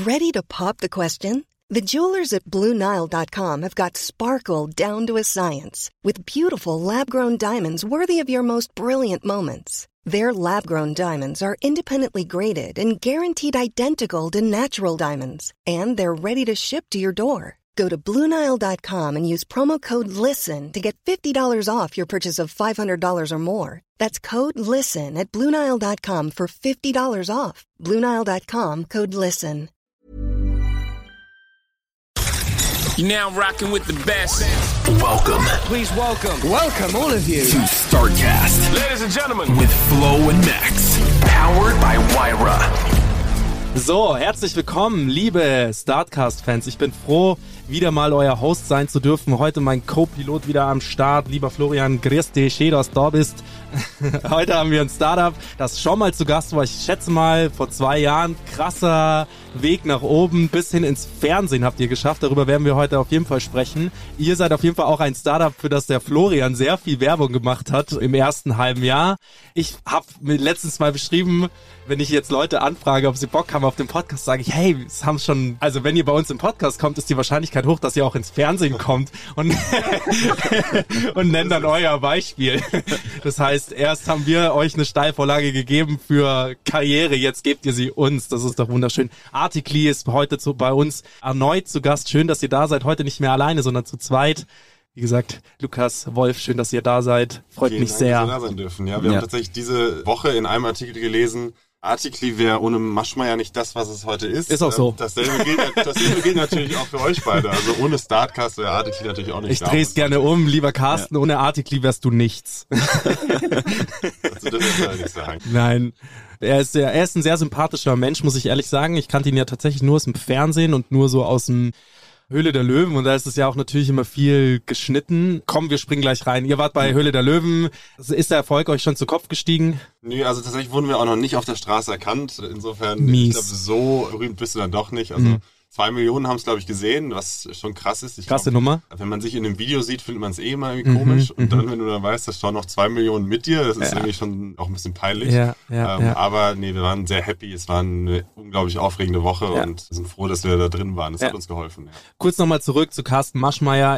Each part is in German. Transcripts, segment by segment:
Ready to pop the question? The jewelers at BlueNile.com have got sparkle down to a science with beautiful lab-grown diamonds worthy of your most brilliant moments. Their lab-grown diamonds are independently graded and guaranteed identical to natural diamonds, and they're ready to ship to your door. Go to BlueNile.com and use promo code LISTEN to get $50 off your purchase of $500 or more. That's code LISTEN at BlueNile.com for $50 off. BlueNile.com, code LISTEN. You're now rocking with the best. Welcome. Please welcome all of you to StarCast. Ladies and gentlemen. With Flo and Max. Powered by Wyra. So, herzlich willkommen, liebe StarCast-Fans. Ich bin froh, wieder mal euer Host sein zu dürfen. Heute mein Co-Pilot wieder am Start. Lieber Florian, grüß dich, schön, dass du da bist. Heute haben wir ein Startup, das schon mal zu Gast war. Ich schätze mal, vor 2 Jahren. Krasser Weg nach oben bis hin ins Fernsehen habt ihr geschafft. Darüber werden wir heute auf jeden Fall sprechen. Ihr seid auf jeden Fall auch ein Startup, für das der Florian sehr viel Werbung gemacht hat im ersten halben Jahr. Ich habe mir letztens mal beschrieben, wenn ich jetzt Leute anfrage, ob sie Bock haben auf den Podcast, sage ich, hey, es haben schon, also wenn ihr bei uns im Podcast kommt, ist die Wahrscheinlichkeit hoch, dass ihr auch ins Fernsehen kommt und und nennt dann euer Beispiel. Das heißt, erst haben wir euch eine Steilvorlage gegeben für Karriere, jetzt gebt ihr sie uns. Das ist doch wunderschön. Artikli ist heute bei uns erneut zu Gast. Schön, dass ihr da seid. Heute nicht mehr alleine, sondern zu zweit. Wie gesagt, Lukas, Wolf, schön, dass ihr da seid. Freut mich sehr. Dass wir da sein dürfen. Ja, wir haben tatsächlich diese Woche in einem Artikel gelesen, Artikli wäre ohne Maschmeyer nicht das, was es heute ist. Ist auch so. Dasselbe gilt natürlich auch für euch beide. Also ohne StarCast wäre Artikli natürlich auch nicht da. Ich dreh's gerne um. Lieber Carsten, ohne Artikli wärst du nichts. Also das ist ja nicht sagen. Nein. Er ist ein sehr sympathischer Mensch, muss ich ehrlich sagen. Ich kannte ihn ja tatsächlich nur aus dem Fernsehen und nur so aus dem Höhle der Löwen, und da ist es ja auch natürlich immer viel geschnitten. Komm, wir springen gleich rein. Ihr wart bei Höhle der Löwen. Ist der Erfolg euch schon zu Kopf gestiegen? Nö, also tatsächlich wurden wir auch noch nicht auf der Straße erkannt. Insofern, Mies. Ich glaube, so berühmt bist du dann doch nicht. Also 2 Millionen haben es, glaube ich, gesehen, was schon krass ist. Krasse Nummer. Wenn man sich in einem Video sieht, findet man es immer irgendwie komisch. Und dann, wenn du dann weißt, das schauen noch 2 Millionen mit dir, das ist irgendwie schon auch ein bisschen peinlich. Ja. Aber nee, wir waren sehr happy. Es war eine unglaublich aufregende Woche und sind froh, dass wir da drin waren. Das hat uns geholfen. Ja. Kurz nochmal zurück zu Carsten Maschmeyer.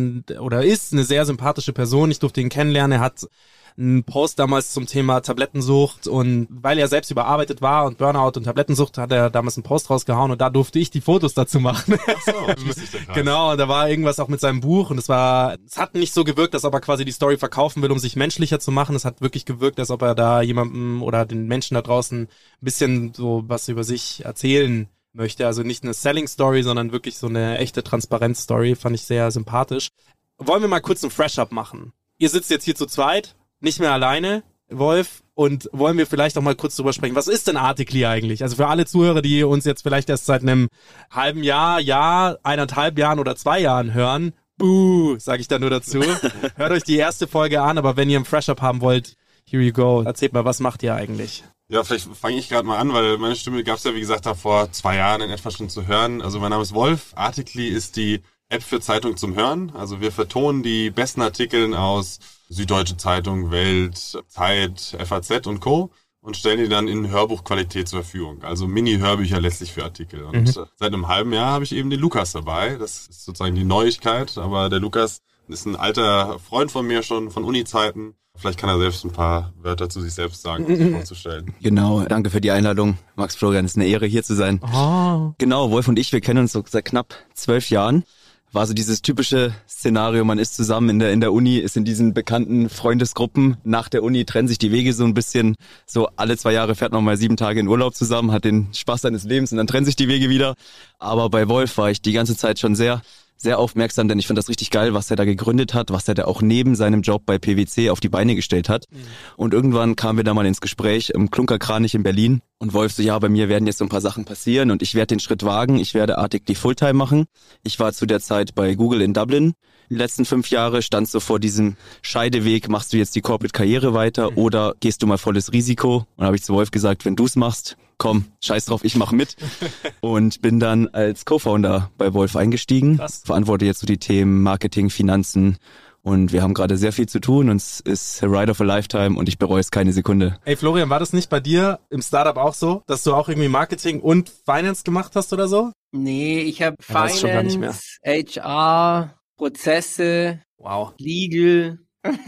Er ist eine sehr sympathische Person. Ich durfte ihn kennenlernen. Er hat einen Post damals zum Thema Tablettensucht, und weil er selbst überarbeitet war und Burnout und Tablettensucht, hat er damals einen Post rausgehauen, und da durfte ich die Fotos dazu machen. Ach so, schließlich der Kreis. Genau, und da war irgendwas auch mit seinem Buch, und es hat nicht so gewirkt, als ob er quasi die Story verkaufen will, um sich menschlicher zu machen. Es hat wirklich gewirkt, als ob er da jemandem oder den Menschen da draußen ein bisschen so was über sich erzählen möchte. Also nicht eine Selling-Story, sondern wirklich so eine echte Transparenz-Story. Fand ich sehr sympathisch. Wollen wir mal kurz einen Fresh-Up machen? Ihr sitzt jetzt hier zu zweit, nicht mehr alleine, Wolf, und wollen wir vielleicht auch mal kurz drüber sprechen. Was ist denn Artikli eigentlich? Also für alle Zuhörer, die uns jetzt vielleicht erst seit einem halben Jahr, 1,5 Jahren oder 2 Jahren hören, sage ich da nur dazu. Hört euch die erste Folge an, aber wenn ihr einen Fresh-Up haben wollt, here you go. Erzählt mal, was macht ihr eigentlich? Ja, vielleicht fange ich gerade mal an, weil meine Stimme gab es ja, wie gesagt, da vor 2 Jahren in etwa schon zu hören. Also mein Name ist Wolf. Artikli ist die App für Zeitung zum Hören. Also wir vertonen die besten Artikel aus Süddeutsche Zeitung, Welt, Zeit, FAZ und Co. und stellen die dann in Hörbuchqualität zur Verfügung. Also Mini-Hörbücher letztlich für Artikel. Und seit einem halben Jahr habe ich eben den Lukas dabei. Das ist sozusagen die Neuigkeit. Aber der Lukas ist ein alter Freund von mir schon, von Uni-Zeiten. Vielleicht kann er selbst ein paar Wörter zu sich selbst sagen, um sich vorzustellen. Genau, danke für die Einladung. Max, Florian, es ist eine Ehre, hier zu sein. Oh. Genau, Wolf und ich, wir kennen uns so seit knapp 12 Jahren. War so dieses typische Szenario, man ist zusammen in der Uni, ist in diesen bekannten Freundesgruppen. Nach der Uni trennen sich die Wege so ein bisschen. So alle 2 Jahre fährt man mal 7 Tage in Urlaub zusammen, hat den Spaß seines Lebens und dann trennen sich die Wege wieder. Aber bei Wolf war ich die ganze Zeit schon sehr aufmerksam, denn ich fand das richtig geil, was er da gegründet hat, was er da auch neben seinem Job bei PwC auf die Beine gestellt hat. Und irgendwann kamen wir da mal ins Gespräch im Klunkerkranich in Berlin. Und Wolf so, ja, bei mir werden jetzt so ein paar Sachen passieren und ich werde den Schritt wagen. Ich werde Artikli Fulltime machen. Ich war zu der Zeit bei Google in Dublin. Die letzten 5 Jahre stand so vor diesem Scheideweg, machst du jetzt die Corporate-Karriere weiter oder gehst du mal volles Risiko? Und da habe ich zu Wolf gesagt, wenn du es machst, komm, scheiß drauf, ich mach mit. Und bin dann als Co-Founder bei Wolf eingestiegen. Verantworte jetzt so die Themen Marketing, Finanzen Und wir haben gerade sehr viel zu tun und es ist a ride of a lifetime und ich bereue es keine Sekunde. Ey Florian, war das nicht bei dir im Startup auch so, dass du auch irgendwie Marketing und Finance gemacht hast oder so? Nee, ich habe weiß schon gar nicht mehr. Finance, HR, Prozesse, Wow. Legal.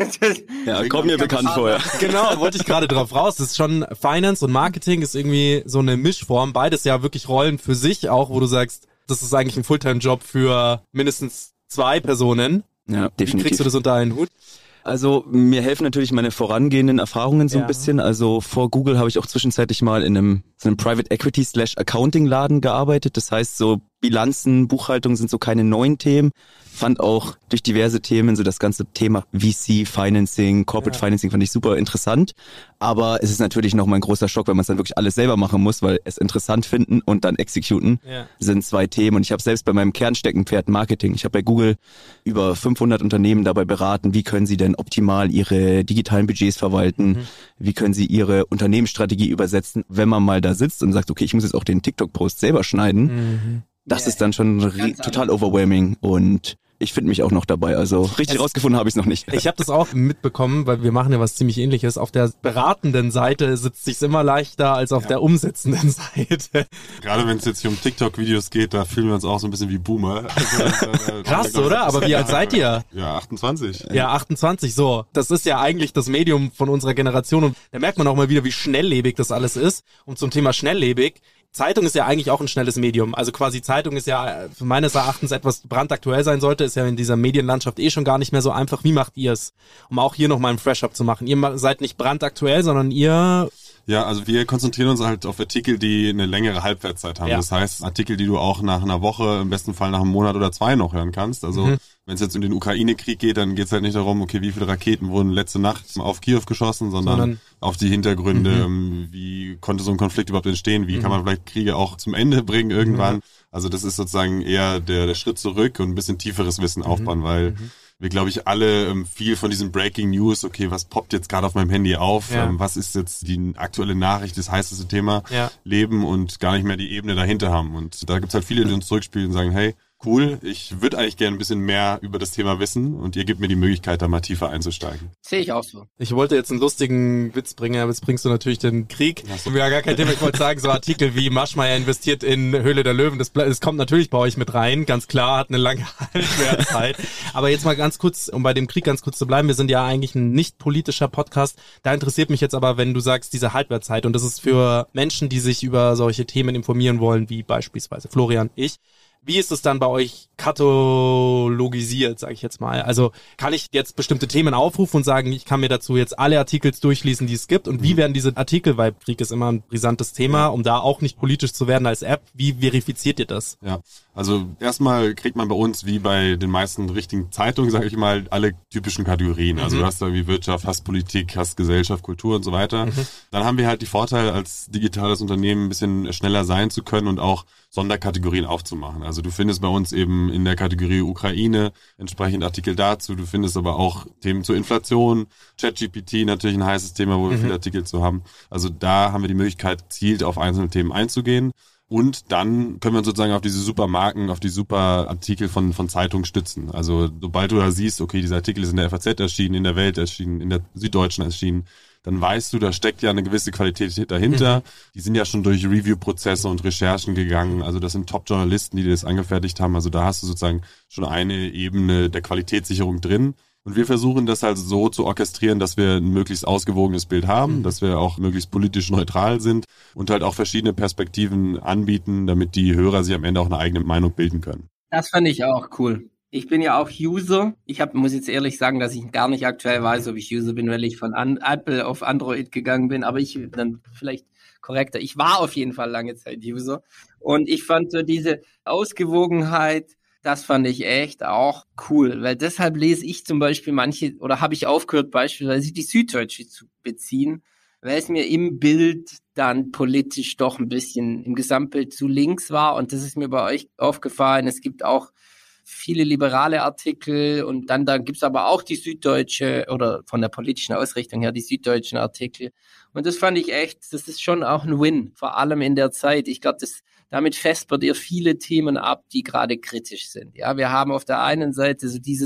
Ja, kommt mir bekannt vor. Genau, wollte ich gerade drauf raus. Das ist schon Finance und Marketing ist irgendwie so eine Mischform. Beides ja wirklich Rollen für sich auch, wo du sagst, das ist eigentlich ein Fulltime-Job für mindestens 2 Personen. Ja, definitiv. Wie kriegst du das unter einen Hut? Also mir helfen natürlich meine vorangehenden Erfahrungen so ein bisschen. Also vor Google habe ich auch zwischenzeitlich mal in einem Private Equity / Accounting Laden gearbeitet. Das heißt so Bilanzen, Buchhaltung sind so keine neuen Themen. Fand auch durch diverse Themen so das ganze Thema VC, Financing, Corporate Financing fand ich super interessant. Aber es ist natürlich noch mal ein großer Schock, wenn man es dann wirklich alles selber machen muss, weil es interessant finden und dann executen sind 2 Themen. Und ich habe selbst bei meinem Kernsteckenpferd Marketing. Ich habe bei Google über 500 Unternehmen dabei beraten, wie können sie denn optimal ihre digitalen Budgets verwalten, wie können sie ihre Unternehmensstrategie übersetzen, wenn man mal da sitzt und sagt, okay, ich muss jetzt auch den TikTok-Post selber schneiden. Das ist dann schon total overwhelming und ich finde mich auch noch dabei. Also richtig rausgefunden habe ich es noch nicht. Ich habe das auch mitbekommen, weil wir machen ja was ziemlich Ähnliches. Auf der beratenden Seite sitzt sich's immer leichter als auf der umsetzenden Seite. Gerade wenn es jetzt hier um TikTok-Videos geht, da fühlen wir uns auch so ein bisschen wie Boomer. Also, Krass, oder? Aber wie alt seid ihr? Ja, 28. Ja, 28, so. Das ist ja eigentlich das Medium von unserer Generation und da merkt man auch mal wieder, wie schnelllebig das alles ist. Und zum Thema schnelllebig, Zeitung ist ja eigentlich auch ein schnelles Medium. Also quasi Zeitung ist ja meines Erachtens etwas brandaktuell sein sollte, ist ja in dieser Medienlandschaft schon gar nicht mehr so einfach. Wie macht ihr es? Um auch hier nochmal ein Fresh-Up zu machen. Ihr seid nicht brandaktuell, sondern ihr... Ja, also wir konzentrieren uns halt auf Artikel, die eine längere Halbwertszeit haben. Ja. Das heißt, Artikel, die du auch nach einer Woche, im besten Fall nach einem Monat oder 2 noch hören kannst. Also wenn es jetzt um den Ukraine-Krieg geht, dann geht es halt nicht darum, okay, wie viele Raketen wurden letzte Nacht auf Kiew geschossen, sondern auf die Hintergründe, wie konnte so ein Konflikt überhaupt entstehen, wie kann man vielleicht Kriege auch zum Ende bringen irgendwann. Also das ist sozusagen eher der Schritt zurück und ein bisschen tieferes Wissen aufbauen, weil wir, glaube ich, alle viel von diesen Breaking News, okay, was poppt jetzt gerade auf meinem Handy auf, was ist jetzt die aktuelle Nachricht, das heißeste Thema, leben und gar nicht mehr die Ebene dahinter haben. Und da gibt's halt viele, die uns zurückspielen und sagen, hey, cool, ich würde eigentlich gerne ein bisschen mehr über das Thema wissen und ihr gebt mir die Möglichkeit, da mal tiefer einzusteigen. Sehe ich auch so. Ich wollte jetzt einen lustigen Witz bringen, aber jetzt bringst du natürlich den Krieg. Ja, gar kein Thema. Ich wollte sagen, so Artikel wie Maschmeyer investiert in Höhle der Löwen, das kommt natürlich bei euch mit rein, ganz klar, hat eine lange Halbwertszeit. Aber jetzt mal ganz kurz, um bei dem Krieg ganz kurz zu bleiben, wir sind ja eigentlich ein nicht politischer Podcast. Da interessiert mich jetzt aber, wenn du sagst, diese Halbwertszeit, und das ist für Menschen, die sich über solche Themen informieren wollen, wie beispielsweise Florian, ich. Wie ist es dann bei euch katalogisiert, sage ich jetzt mal? Also kann ich jetzt bestimmte Themen aufrufen und sagen, ich kann mir dazu jetzt alle Artikel durchlesen, die es gibt? Und wie werden diese Artikel, weil Krieg ist immer ein brisantes Thema, um da auch nicht politisch zu werden als App, wie verifiziert ihr das? Ja, also erstmal kriegt man bei uns, wie bei den meisten richtigen Zeitungen, sage ich mal, alle typischen Kategorien. Also du hast da wie Wirtschaft, hast Politik, hast Gesellschaft, Kultur und so weiter. Dann haben wir halt die Vorteile, als digitales Unternehmen ein bisschen schneller sein zu können und auch Sonderkategorien aufzumachen. Also du findest bei uns eben in der Kategorie Ukraine entsprechend Artikel dazu. Du findest aber auch Themen zur Inflation, ChatGPT natürlich ein heißes Thema, wo wir viele Artikel zu haben. Also da haben wir die Möglichkeit, gezielt auf einzelne Themen einzugehen. Und dann können wir uns sozusagen auf diese super Marken, auf die super Artikel von Zeitungen stützen. Also sobald du da siehst, okay, dieser Artikel ist in der FAZ erschienen, in der Welt erschienen, in der Süddeutschen erschienen, dann weißt du, da steckt ja eine gewisse Qualität dahinter. Die sind ja schon durch Review-Prozesse und Recherchen gegangen. Also das sind Top-Journalisten, die das angefertigt haben. Also da hast du sozusagen schon eine Ebene der Qualitätssicherung drin. Und wir versuchen das halt so zu orchestrieren, dass wir ein möglichst ausgewogenes Bild haben, dass wir auch möglichst politisch neutral sind und halt auch verschiedene Perspektiven anbieten, damit die Hörer sich am Ende auch eine eigene Meinung bilden können. Das fand ich auch cool. Ich bin ja auch User. Muss jetzt ehrlich sagen, dass ich gar nicht aktuell weiß, ob ich User bin, weil ich von Apple auf Android gegangen bin. Aber ich dann vielleicht korrekter. Ich war auf jeden Fall lange Zeit User. Und ich fand so diese Ausgewogenheit, das fand ich echt auch cool. Weil deshalb lese ich zum Beispiel habe ich aufgehört, beispielsweise die Süddeutsche zu beziehen, weil es mir im Bild dann politisch doch ein bisschen im Gesamtbild zu links war. Und das ist mir bei euch aufgefallen. Es gibt auch viele liberale Artikel und dann gibt's aber auch die Süddeutsche oder von der politischen Ausrichtung her die süddeutschen Artikel. Und das fand ich echt, das ist schon auch ein Win, vor allem in der Zeit. Ich glaube, damit vespert ihr viele Themen ab, die gerade kritisch sind. Ja, wir haben auf der einen Seite so dieses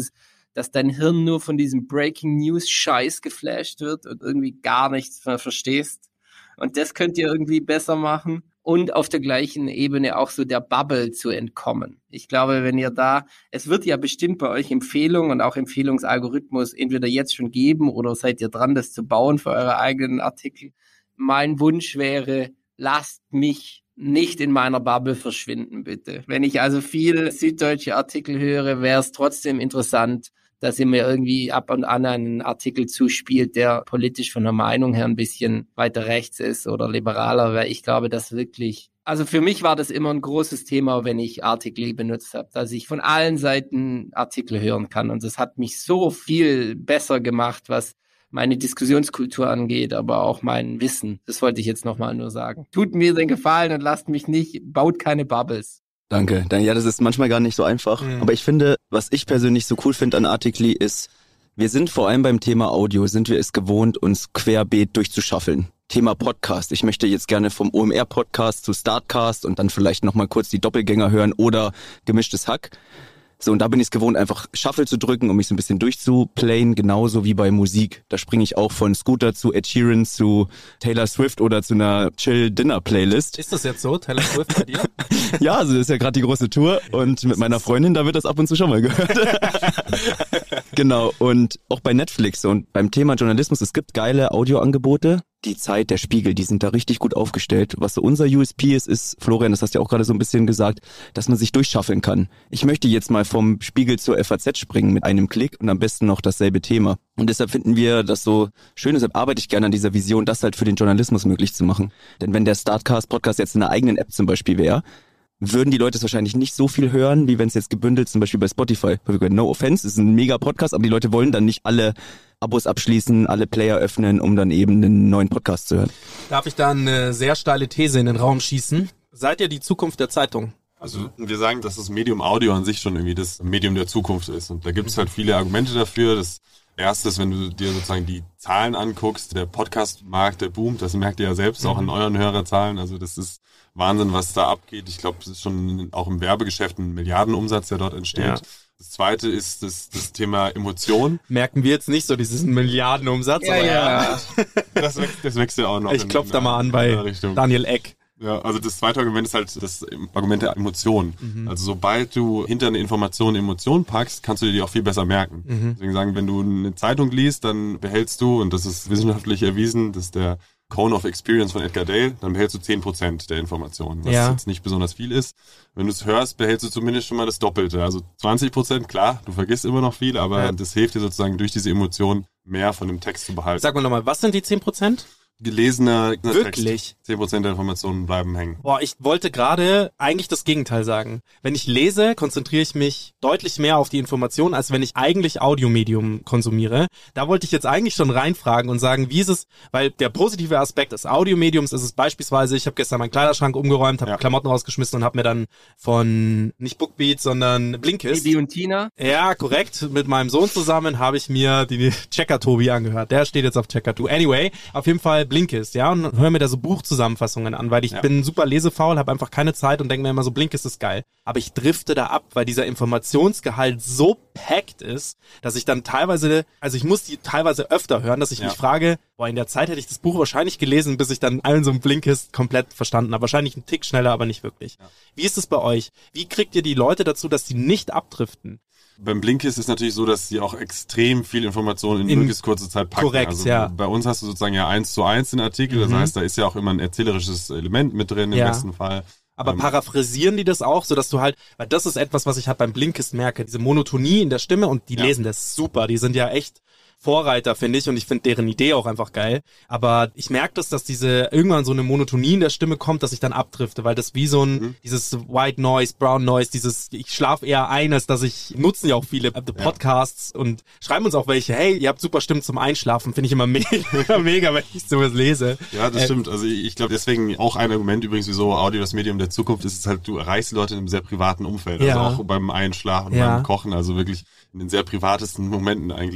dass dein Hirn nur von diesem Breaking News Scheiß geflasht wird und irgendwie gar nichts mehr verstehst. Und das könnt ihr irgendwie besser machen. Und auf der gleichen Ebene auch so der Bubble zu entkommen. Ich glaube, wenn ihr es wird ja bestimmt bei euch Empfehlungen und auch Empfehlungsalgorithmus entweder jetzt schon geben oder seid ihr dran, das zu bauen für eure eigenen Artikel. Mein Wunsch wäre, lasst mich nicht in meiner Bubble verschwinden, bitte. Wenn ich also viel süddeutsche Artikel höre, wäre es trotzdem interessant, dass ihr mir irgendwie ab und an einen Artikel zuspielt, der politisch von der Meinung her ein bisschen weiter rechts ist oder liberaler, weil ich glaube, dass wirklich, also für mich war das immer ein großes Thema, wenn ich Artikel benutzt habe, dass ich von allen Seiten Artikel hören kann und das hat mich so viel besser gemacht, was meine Diskussionskultur angeht, aber auch mein Wissen. Das wollte ich jetzt nochmal nur sagen. Tut mir den Gefallen und lasst mich nicht, baut keine Bubbles. Danke. Ja, das ist manchmal gar nicht so einfach. Aber ich finde, was ich persönlich so cool finde an Artikli ist, wir sind vor allem beim Thema Audio, sind wir es gewohnt, uns querbeet durchzuschaffeln. Thema Podcast. Ich möchte jetzt gerne vom OMR-Podcast zu Startcast und dann vielleicht nochmal kurz die Doppelgänger hören oder gemischtes Hack. So, und da bin ich es gewohnt, einfach Shuffle zu drücken, um mich so ein bisschen durchzuplayen, genauso wie bei Musik. Da springe ich auch von Scooter zu Ed Sheeran zu Taylor Swift oder zu einer Chill-Dinner-Playlist. Ist das jetzt so, Taylor Swift bei dir? Ja, also das ist ja gerade die große Tour und mit meiner Freundin, da wird das ab und zu schon mal gehört. Genau, und auch bei Netflix und beim Thema Journalismus, es gibt geile Audioangebote. Die Zeit, der Spiegel, die sind da richtig gut aufgestellt. Was so unser USP ist, Florian, das hast du ja auch gerade so ein bisschen gesagt, dass man sich durchschaffeln kann. Ich möchte jetzt mal vom Spiegel zur FAZ springen mit einem Klick und am besten noch dasselbe Thema. Und deshalb finden wir das so schön, deshalb arbeite ich gerne an dieser Vision, das halt für den Journalismus möglich zu machen. Denn wenn der Startcast-Podcast jetzt in einer eigenen App zum Beispiel wäre, würden die Leute es wahrscheinlich nicht so viel hören, wie wenn es jetzt gebündelt zum Beispiel bei Spotify. No offense, ist ein mega Podcast, aber die Leute wollen dann nicht alle Abos abschließen, alle Player öffnen, um dann eben einen neuen Podcast zu hören. Darf ich da eine sehr steile These in den Raum schießen? Seid ihr die Zukunft der Zeitung? Also wir sagen, dass das Medium Audio an sich schon irgendwie das Medium der Zukunft ist. Und da gibt es halt viele Argumente dafür. Das erste ist, wenn du dir sozusagen die Zahlen anguckst, der Podcast-Markt, der boomt, das merkt ihr ja selbst auch an euren Hörerzahlen. Also das ist Wahnsinn, was da abgeht. Ich glaube, es ist schon auch im Werbegeschäft ein Milliardenumsatz, der dort entsteht. Ja. Das zweite ist das Thema Emotion. Merken wir jetzt nicht so diesen Milliardenumsatz, ja, aber ja. Das wächst ja auch noch. Ich klopfe da mal an bei Daniel Eck. Ja, also das zweite Argument ist halt das Argument der Emotion. Also sobald du hinter eine Information Emotion packst, kannst du dir die auch viel besser merken. Deswegen sagen, wenn du eine Zeitung liest, dann behältst du, und das ist wissenschaftlich erwiesen, das ist der Cone of Experience von Edgar Dale, dann behältst du 10% der Informationen, was jetzt nicht besonders viel ist. Wenn du es hörst, behältst du zumindest schon mal das Doppelte. Also 20%, klar, du vergisst immer noch viel, aber das hilft dir sozusagen durch diese Emotion mehr von dem Text zu behalten. Sag mal nochmal, was sind die 10%? Gelesener Wirklich? Text. 10% der Informationen bleiben hängen. Boah, ich wollte gerade eigentlich das Gegenteil sagen. Wenn ich lese, konzentriere ich mich deutlich mehr auf die Information, als wenn ich eigentlich Audiomedium konsumiere. Da wollte ich jetzt eigentlich schon reinfragen und sagen, wie ist es, weil der positive Aspekt des Audiomediums ist es beispielsweise, ich habe gestern meinen Kleiderschrank umgeräumt, habe Klamotten rausgeschmissen und habe mir dann von, nicht Bookbeat, sondern Blinkist. Bibi und Tina? Ja, korrekt. Mit meinem Sohn zusammen habe ich mir die Checker-Tobi angehört. Der steht jetzt auf Checker-2. Anyway, auf jeden Fall Blinkist, ja, und höre mir da so Buchzusammenfassungen an, weil ich bin super lesefaul, habe einfach keine Zeit und denke mir immer so, Blinkist ist geil. Aber ich drifte da ab, weil dieser Informationsgehalt so packed ist, dass ich dann teilweise, also ich muss die teilweise öfter hören, dass ich mich frage, boah, in der Zeit hätte ich das Buch wahrscheinlich gelesen, bis ich dann allen so ein Blinkist komplett verstanden habe. Wahrscheinlich einen Tick schneller, aber nicht wirklich. Ja. Wie ist es bei euch? Wie kriegt ihr die Leute dazu, dass sie nicht abdriften? Beim Blinkist ist natürlich so, dass sie auch extrem viel Informationen in möglichst kurzer Zeit packen. Korrekt, also bei uns hast du sozusagen ja 1:1 den Artikel, das heißt, da ist ja auch immer ein erzählerisches Element mit drin im besten Fall. Aber paraphrasieren die das auch, sodass du halt, weil das ist etwas, was ich halt beim Blinkist merke, diese Monotonie in der Stimme, und die lesen das super, die sind ja echt Vorreiter, finde ich, und ich finde deren Idee auch einfach geil. Aber ich merke das, dass diese irgendwann so eine Monotonie in der Stimme kommt, dass ich dann abdrifte, weil das wie so ein, dieses White Noise, Brown Noise, dieses, ich schlafe eher ein, als dass ich, nutzen ja auch viele Podcasts und schreiben uns auch welche, hey, ihr habt super Stimmen zum Einschlafen, finde ich immer mega, wenn ich sowas lese. Ja, das stimmt. Also ich glaube, deswegen auch ein Argument übrigens, wieso Audio das Medium der Zukunft ist, ist halt, du erreichst die Leute in einem sehr privaten Umfeld, also auch beim Einschlafen, beim Kochen, also wirklich in den sehr privatesten Momenten eigentlich.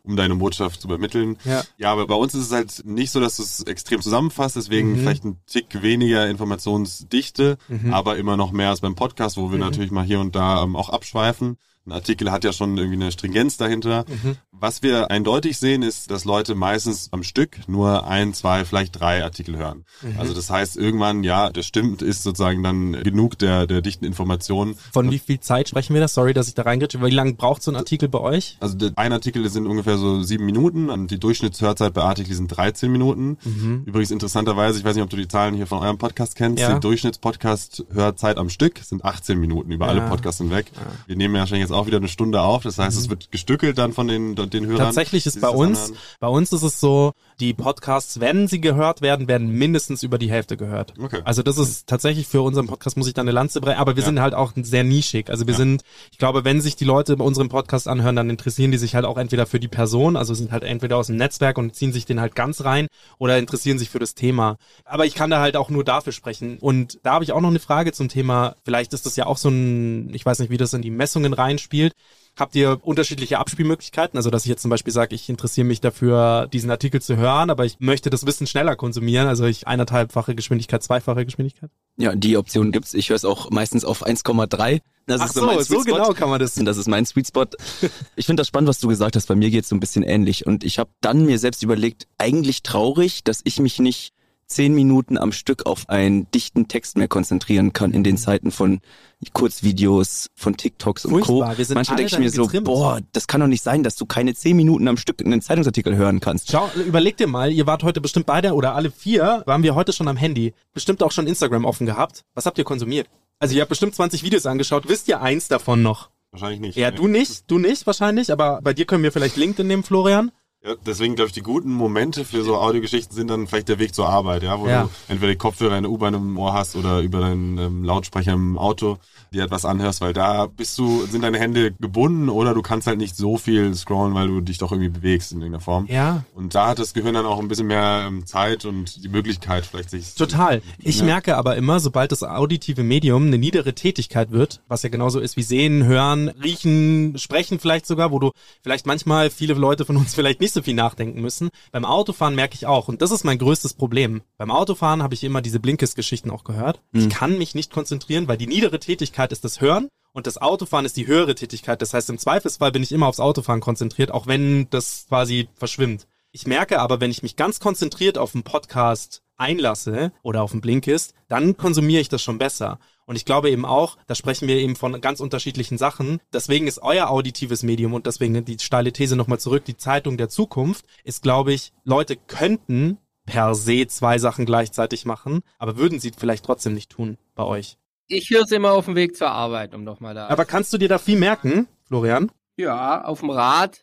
um deine Botschaft zu übermitteln. Ja, aber bei uns ist es halt nicht so, dass du es extrem zusammenfasst, deswegen vielleicht ein Tick weniger Informationsdichte, aber immer noch mehr als beim Podcast, wo wir natürlich mal hier und da auch abschweifen. Ein Artikel hat ja schon irgendwie eine Stringenz dahinter. Was wir eindeutig sehen, ist, dass Leute meistens am Stück nur 1, 2, vielleicht 3 Artikel hören. Also das heißt irgendwann, ja, das stimmt, ist sozusagen dann genug der dichten Informationen. Von wie viel Zeit sprechen wir das? Sorry, dass ich da reingrätsche. Wie lange braucht so ein Artikel bei euch? Also ein Artikel sind ungefähr so 7 Minuten und die Durchschnittshörzeit bei Artikel sind 13 Minuten. Übrigens interessanterweise, ich weiß nicht, ob du die Zahlen hier von eurem Podcast kennst, die Durchschnittspodcast-Hörzeit am Stück sind 18 Minuten über alle Podcasts hinweg. Wir nehmen ja wahrscheinlich jetzt auch wieder eine Stunde auf, das heißt, es wird gestückelt dann von den Hörern. Tatsächlich ist bei uns ist es so, die Podcasts, wenn sie gehört werden, werden mindestens über die Hälfte gehört. Okay. Also das ist tatsächlich für unseren Podcast, muss ich da eine Lanze brechen, aber wir sind halt auch sehr nischig. Also wir sind, ich glaube, wenn sich die Leute bei unserem Podcast anhören, dann interessieren die sich halt auch entweder für die Person, also sind halt entweder aus dem Netzwerk und ziehen sich den halt ganz rein oder interessieren sich für das Thema. Aber ich kann da halt auch nur dafür sprechen. Und da habe ich auch noch eine Frage zum Thema, vielleicht ist das ja auch so ein, ich weiß nicht, wie das in die Messungen reinspielt. Habt ihr unterschiedliche Abspielmöglichkeiten? Also, dass ich jetzt zum Beispiel sage, ich interessiere mich dafür, diesen Artikel zu hören, aber ich möchte das Wissen schneller konsumieren. Also 1,5-fache Geschwindigkeit, 2-fache Geschwindigkeit? Ja, die Option gibt's. Ich höre es auch meistens auf 1,3. Das ist so genau kann man das. Das ist mein Sweet Spot. Ich finde das spannend, was du gesagt hast. Bei mir geht's so ein bisschen ähnlich. Und ich habe dann mir selbst überlegt, eigentlich traurig, dass ich mich nicht 10 Minuten am Stück auf einen dichten Text mehr konzentrieren kann in den Zeiten von Kurzvideos, von TikToks und Co. Manchmal denke ich mir so, das kann doch nicht sein, dass du keine 10 Minuten am Stück einen Zeitungsartikel hören kannst. Schau, überleg dir mal, ihr wart heute bestimmt beide oder alle 4, waren wir heute schon am Handy. Bestimmt auch schon Instagram offen gehabt. Was habt ihr konsumiert? Also ihr habt bestimmt 20 Videos angeschaut. Wisst ihr eins davon noch? Wahrscheinlich nicht. Ja, du nicht wahrscheinlich, aber bei dir können wir vielleicht LinkedIn nehmen, Florian. Ja, deswegen glaube ich, die guten Momente für so Audiogeschichten sind dann vielleicht der Weg zur Arbeit, ja, wo du entweder die Kopfhörer in der U-Bahn im Ohr hast oder über deinen Lautsprecher im Auto dir etwas anhörst, weil da sind deine Hände gebunden oder du kannst halt nicht so viel scrollen, weil du dich doch irgendwie bewegst in irgendeiner Form. Ja. Und da hat das Gehirn dann auch ein bisschen mehr Zeit und die Möglichkeit vielleicht sich... Total. Ich merke aber immer, sobald das auditive Medium eine niedere Tätigkeit wird, was ja genauso ist wie sehen, hören, riechen, sprechen vielleicht sogar, wo du vielleicht manchmal viele Leute von uns vielleicht nicht so viel nachdenken müssen. Beim Autofahren merke ich auch, und das ist mein größtes Problem. Beim Autofahren habe ich immer diese Blinkist-Geschichten auch gehört. Ich kann mich nicht konzentrieren, weil die niedere Tätigkeit ist das Hören und das Autofahren ist die höhere Tätigkeit. Das heißt, im Zweifelsfall bin ich immer aufs Autofahren konzentriert, auch wenn das quasi verschwimmt. Ich merke aber, wenn ich mich ganz konzentriert auf einen Podcast einlasse oder auf einen Blinkist, dann konsumiere ich das schon besser. Und ich glaube eben auch, da sprechen wir eben von ganz unterschiedlichen Sachen. Deswegen ist euer auditives Medium und deswegen die steile These nochmal zurück, die Zeitung der Zukunft, ist, glaube ich, Leute könnten per se 2 Sachen gleichzeitig machen, aber würden sie vielleicht trotzdem nicht tun bei euch. Ich höre es immer auf dem Weg zur Arbeit, um nochmal da... Aber kannst du dir da viel merken, Florian? Ja, auf dem Rad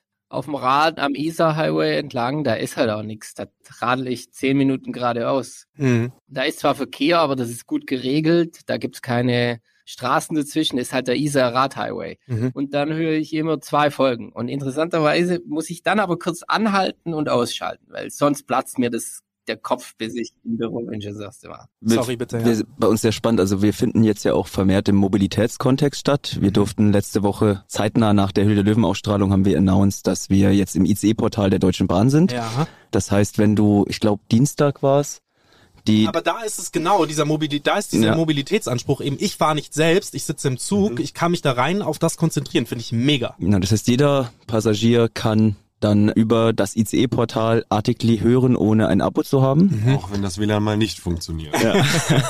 am Isar Highway entlang, da ist halt auch nichts. Da radel ich 10 Minuten geradeaus. Da ist zwar Verkehr, aber das ist gut geregelt. Da gibt's keine Straßen dazwischen, ist halt der Isar Radhighway. Und dann höre ich immer 2 Folgen. Und interessanterweise muss ich dann aber kurz anhalten und ausschalten, weil sonst platzt mir der Kopf, bis ich im Büro bin, das erste Mal. Sorry, bitte. Ja. Bei uns sehr spannend. Also wir finden jetzt ja auch vermehrt im Mobilitätskontext statt. Wir durften letzte Woche zeitnah nach der Höhle der Löwen-Ausstrahlung haben wir announced, dass wir jetzt im ICE-Portal der Deutschen Bahn sind. Ja. Das heißt, wenn du, ich glaube Dienstag war's, aber da ist es genau, dieser Mobilitätsanspruch eben, ich fahre nicht selbst, ich sitze im Zug, ich kann mich da rein auf das konzentrieren, finde ich mega. Ja, das heißt, jeder Passagier kann dann über das ICE-Portal Artikel hören, ohne ein Abo zu haben. Auch wenn das WLAN mal nicht funktioniert. Ja.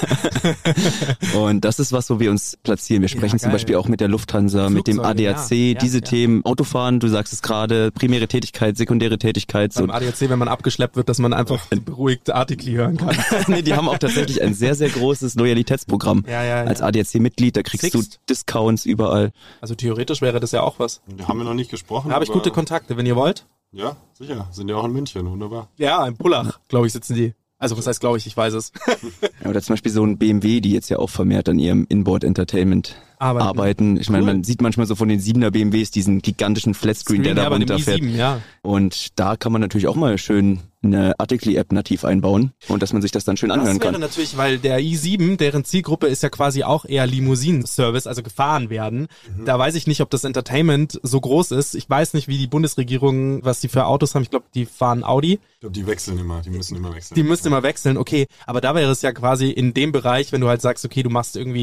Und das ist was, wo wir uns platzieren. Wir sprechen zum Beispiel auch mit der Lufthansa, mit dem ADAC, diese Themen, Autofahren, du sagst es gerade, primäre Tätigkeit, sekundäre Tätigkeit. Beim ADAC, wenn man abgeschleppt wird, dass man einfach beruhigt Artikel hören kann. Nee, die haben auch tatsächlich ein sehr, sehr großes Loyalitätsprogramm. Als ADAC-Mitglied, da kriegst du Discounts überall. Also theoretisch wäre das ja auch was. Da haben wir noch nicht gesprochen. Da habe ich gute Kontakte, wenn ihr wollt. Ja, sicher. Sind ja auch in München, wunderbar. Ja, in Pullach, glaube ich, sitzen die. Also was heißt, glaube ich weiß es. Ja, oder zum Beispiel so ein BMW, die jetzt ja auch vermehrt an ihrem Inboard-Entertainment arbeiten. Ich meine, man sieht manchmal so von den 7er BMWs diesen gigantischen Flatscreen, der da runterfährt. i7, ja. Und da kann man natürlich auch mal schön eine Articly-App nativ einbauen und dass man sich das dann schön anhören kann. Das wäre natürlich, weil der i7, deren Zielgruppe ist ja quasi auch eher Limousinen-Service, also gefahren werden. Da weiß ich nicht, ob das Entertainment so groß ist. Ich weiß nicht, wie die Bundesregierung, was die für Autos haben. Ich glaube, die fahren Audi. Ich glaube, die wechseln immer, die müssen immer wechseln. Die müssen immer wechseln, okay. Aber da wäre es ja quasi in dem Bereich, wenn du halt sagst, okay, du nutzt den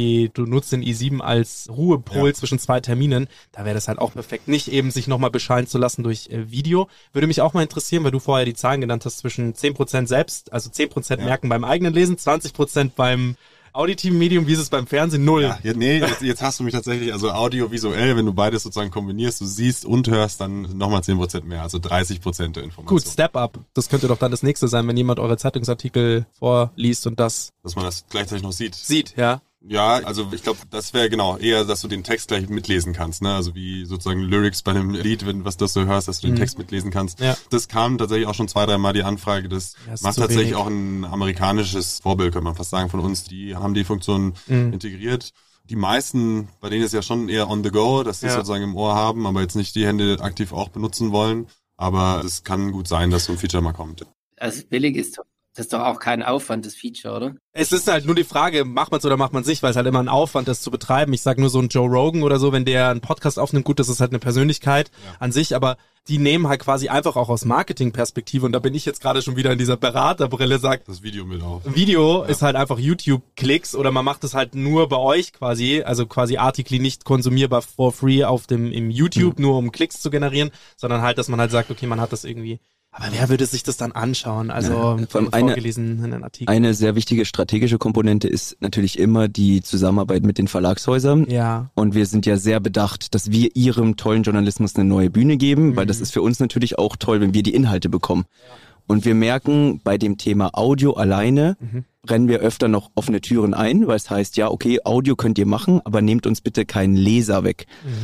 i7 als Ruhepol zwischen zwei Terminen, da wäre das halt auch perfekt. Nicht eben sich nochmal beschallen zu lassen durch Video. Würde mich auch mal interessieren, weil du vorher die Zahlen genannt hast, zwischen 10% selbst, also 10% merken beim eigenen Lesen, 20% beim auditiven Medium, wie ist es beim Fernsehen? 0. Ja, nee, jetzt hast du mich tatsächlich, also audiovisuell, wenn du beides sozusagen kombinierst, du siehst und hörst, dann nochmal 10% mehr, also 30% der Information. Gut, Step Up. Das könnte doch dann das nächste sein, wenn jemand eure Zeitungsartikel vorliest und das... Dass man das gleichzeitig noch sieht. Ja. Ja, also ich glaube, das wäre genau eher, dass du den Text gleich mitlesen kannst, ne? Also wie sozusagen Lyrics bei einem Lied, wenn was du so hörst, dass du den Text mitlesen kannst. Ja. Das kam tatsächlich auch schon 2-3 Mal die Anfrage. Das macht tatsächlich auch ein amerikanisches Vorbild, kann man fast sagen, von uns. Die haben die Funktion integriert. Die meisten, bei denen ist ja schon eher on the go, dass sie sozusagen im Ohr haben, aber jetzt nicht die Hände aktiv auch benutzen wollen. Aber es kann gut sein, dass so ein Feature mal kommt. Also billig ist das ist doch auch kein Aufwand, das Feature, oder? Es ist halt nur die Frage, macht man es oder macht man es nicht, weil es halt immer ein Aufwand ist zu betreiben. Ich sag nur so ein Joe Rogan oder so, wenn der einen Podcast aufnimmt, gut, das ist halt eine Persönlichkeit an sich, aber die nehmen halt quasi einfach auch aus Marketingperspektive, und da bin ich jetzt gerade schon wieder in dieser Beraterbrille, sagt das Video mit auf. Video ist halt einfach YouTube-Klicks, oder man macht es halt nur bei euch quasi, also quasi Articly nicht konsumierbar for free im YouTube, nur um Klicks zu generieren, sondern halt, dass man halt sagt, okay, man hat das irgendwie. Aber wer würde sich das dann anschauen? Also vorgelesenen Artikel. Eine sehr wichtige strategische Komponente ist natürlich immer die Zusammenarbeit mit den Verlagshäusern. Ja. Und wir sind ja sehr bedacht, dass wir ihrem tollen Journalismus eine neue Bühne geben, weil das ist für uns natürlich auch toll, wenn wir die Inhalte bekommen. Und wir merken, bei dem Thema Audio alleine rennen wir öfter noch offene Türen ein, weil es heißt, ja, okay, Audio könnt ihr machen, aber nehmt uns bitte keinen Leser weg.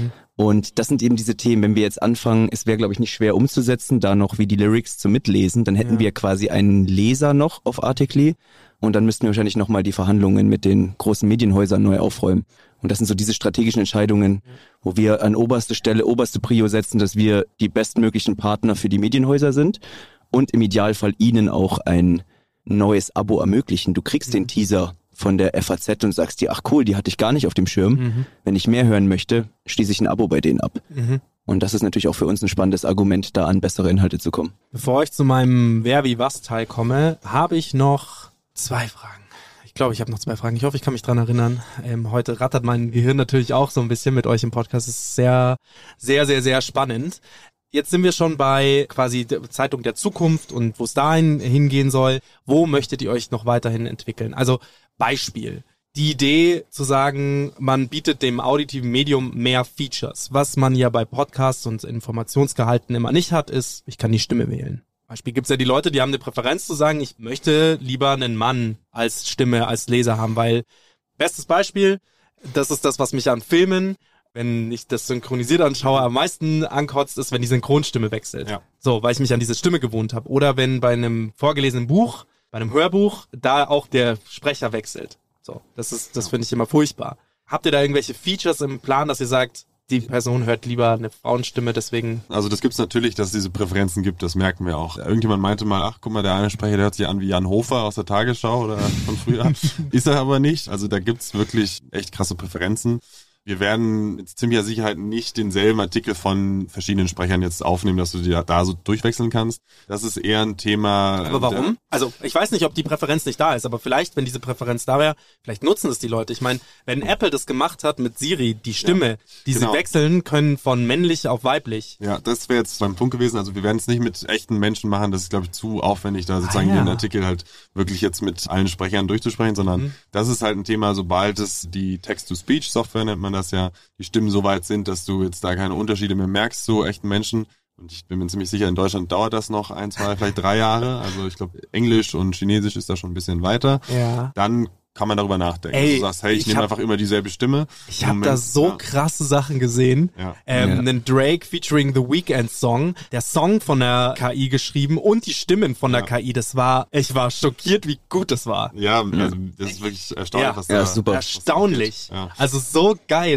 Und das sind eben diese Themen, wenn wir jetzt anfangen, es wäre, glaube ich, nicht schwer umzusetzen, da noch wie die Lyrics zu mitlesen, dann hätten wir quasi einen Leser noch auf Articly, und dann müssten wir wahrscheinlich nochmal die Verhandlungen mit den großen Medienhäusern neu aufräumen. Und das sind so diese strategischen Entscheidungen, wo wir an oberste Stelle, oberste Prio setzen, dass wir die bestmöglichen Partner für die Medienhäuser sind und im Idealfall ihnen auch ein neues Abo ermöglichen. Du kriegst den Teaser von der FAZ und sagst dir, ach cool, die hatte ich gar nicht auf dem Schirm. Wenn ich mehr hören möchte, schließe ich ein Abo bei denen ab. Und das ist natürlich auch für uns ein spannendes Argument, da an bessere Inhalte zu kommen. Bevor ich zu meinem Wer-wie-was-Teil komme, habe ich noch 2 Fragen. Ich glaube, ich habe noch 2 Fragen. Ich hoffe, ich kann mich dran erinnern. Heute rattert mein Gehirn natürlich auch so ein bisschen mit euch im Podcast. Es ist sehr, sehr, sehr, sehr spannend. Jetzt sind wir schon bei quasi der Zeitung der Zukunft und wo es dahin hingehen soll. Wo möchtet ihr euch noch weiterhin entwickeln? Also Beispiel. Die Idee zu sagen, man bietet dem auditiven Medium mehr Features. Was man ja bei Podcasts und Informationsgehalten immer nicht hat, ist, ich kann die Stimme wählen. Beispiel gibt's ja die Leute, die haben eine Präferenz zu sagen, ich möchte lieber einen Mann als Stimme, als Leser haben, weil, bestes Beispiel, das ist das, was mich an Filmen, wenn ich das synchronisiert anschaue, am meisten ankotzt, ist, wenn die Synchronstimme wechselt. Ja. So, weil ich mich an diese Stimme gewohnt habe. Oder wenn bei einem vorgelesenen Buch, bei einem Hörbuch, da auch der Sprecher wechselt. So, das finde ich immer furchtbar. Habt ihr da irgendwelche Features im Plan, dass ihr sagt, die Person hört lieber eine Frauenstimme, deswegen... Also das gibt's natürlich, dass es diese Präferenzen gibt, das merken wir auch. Irgendjemand meinte mal, ach guck mal, der eine Sprecher, der hört sich an wie Jan Hofer aus der Tagesschau oder von früher. Ist er aber nicht. Also da gibt's wirklich echt krasse Präferenzen. Wir werden mit ziemlicher Sicherheit nicht denselben Artikel von verschiedenen Sprechern jetzt aufnehmen, dass du die da so durchwechseln kannst. Das ist eher ein Thema... Aber warum? Also ich weiß nicht, ob die Präferenz nicht da ist, aber vielleicht, wenn diese Präferenz da wäre, vielleicht nutzen es die Leute. Ich meine, wenn Apple das gemacht hat mit Siri, die Stimme, die sie wechseln können von männlich auf weiblich. Ja, das wäre jetzt mein Punkt gewesen. Also wir werden es nicht mit echten Menschen machen. Das ist, glaube ich, zu aufwendig, da sozusagen den Artikel halt wirklich jetzt mit allen Sprechern durchzusprechen, sondern das ist halt ein Thema, sobald es die Text-to-Speech-Software nennt man das ja, die Stimmen so weit sind, dass du jetzt da keine Unterschiede mehr merkst zu echten Menschen. Und ich bin mir ziemlich sicher, in Deutschland dauert das noch 1, 2, vielleicht 3 Jahre. Also ich glaube, Englisch und Chinesisch ist da schon ein bisschen weiter. Ja. Dann kann man darüber nachdenken. Du sagst, hey, ich nehme einfach immer dieselbe Stimme. Ich habe da so krasse Sachen gesehen. Ja. Einen Drake featuring The Weeknd Song, der Song von der KI geschrieben und die Stimmen von der KI. Ich war schockiert, wie gut das war. Ja, also das ist wirklich erstaunlich, was da super. Erstaunlich. Also so geil.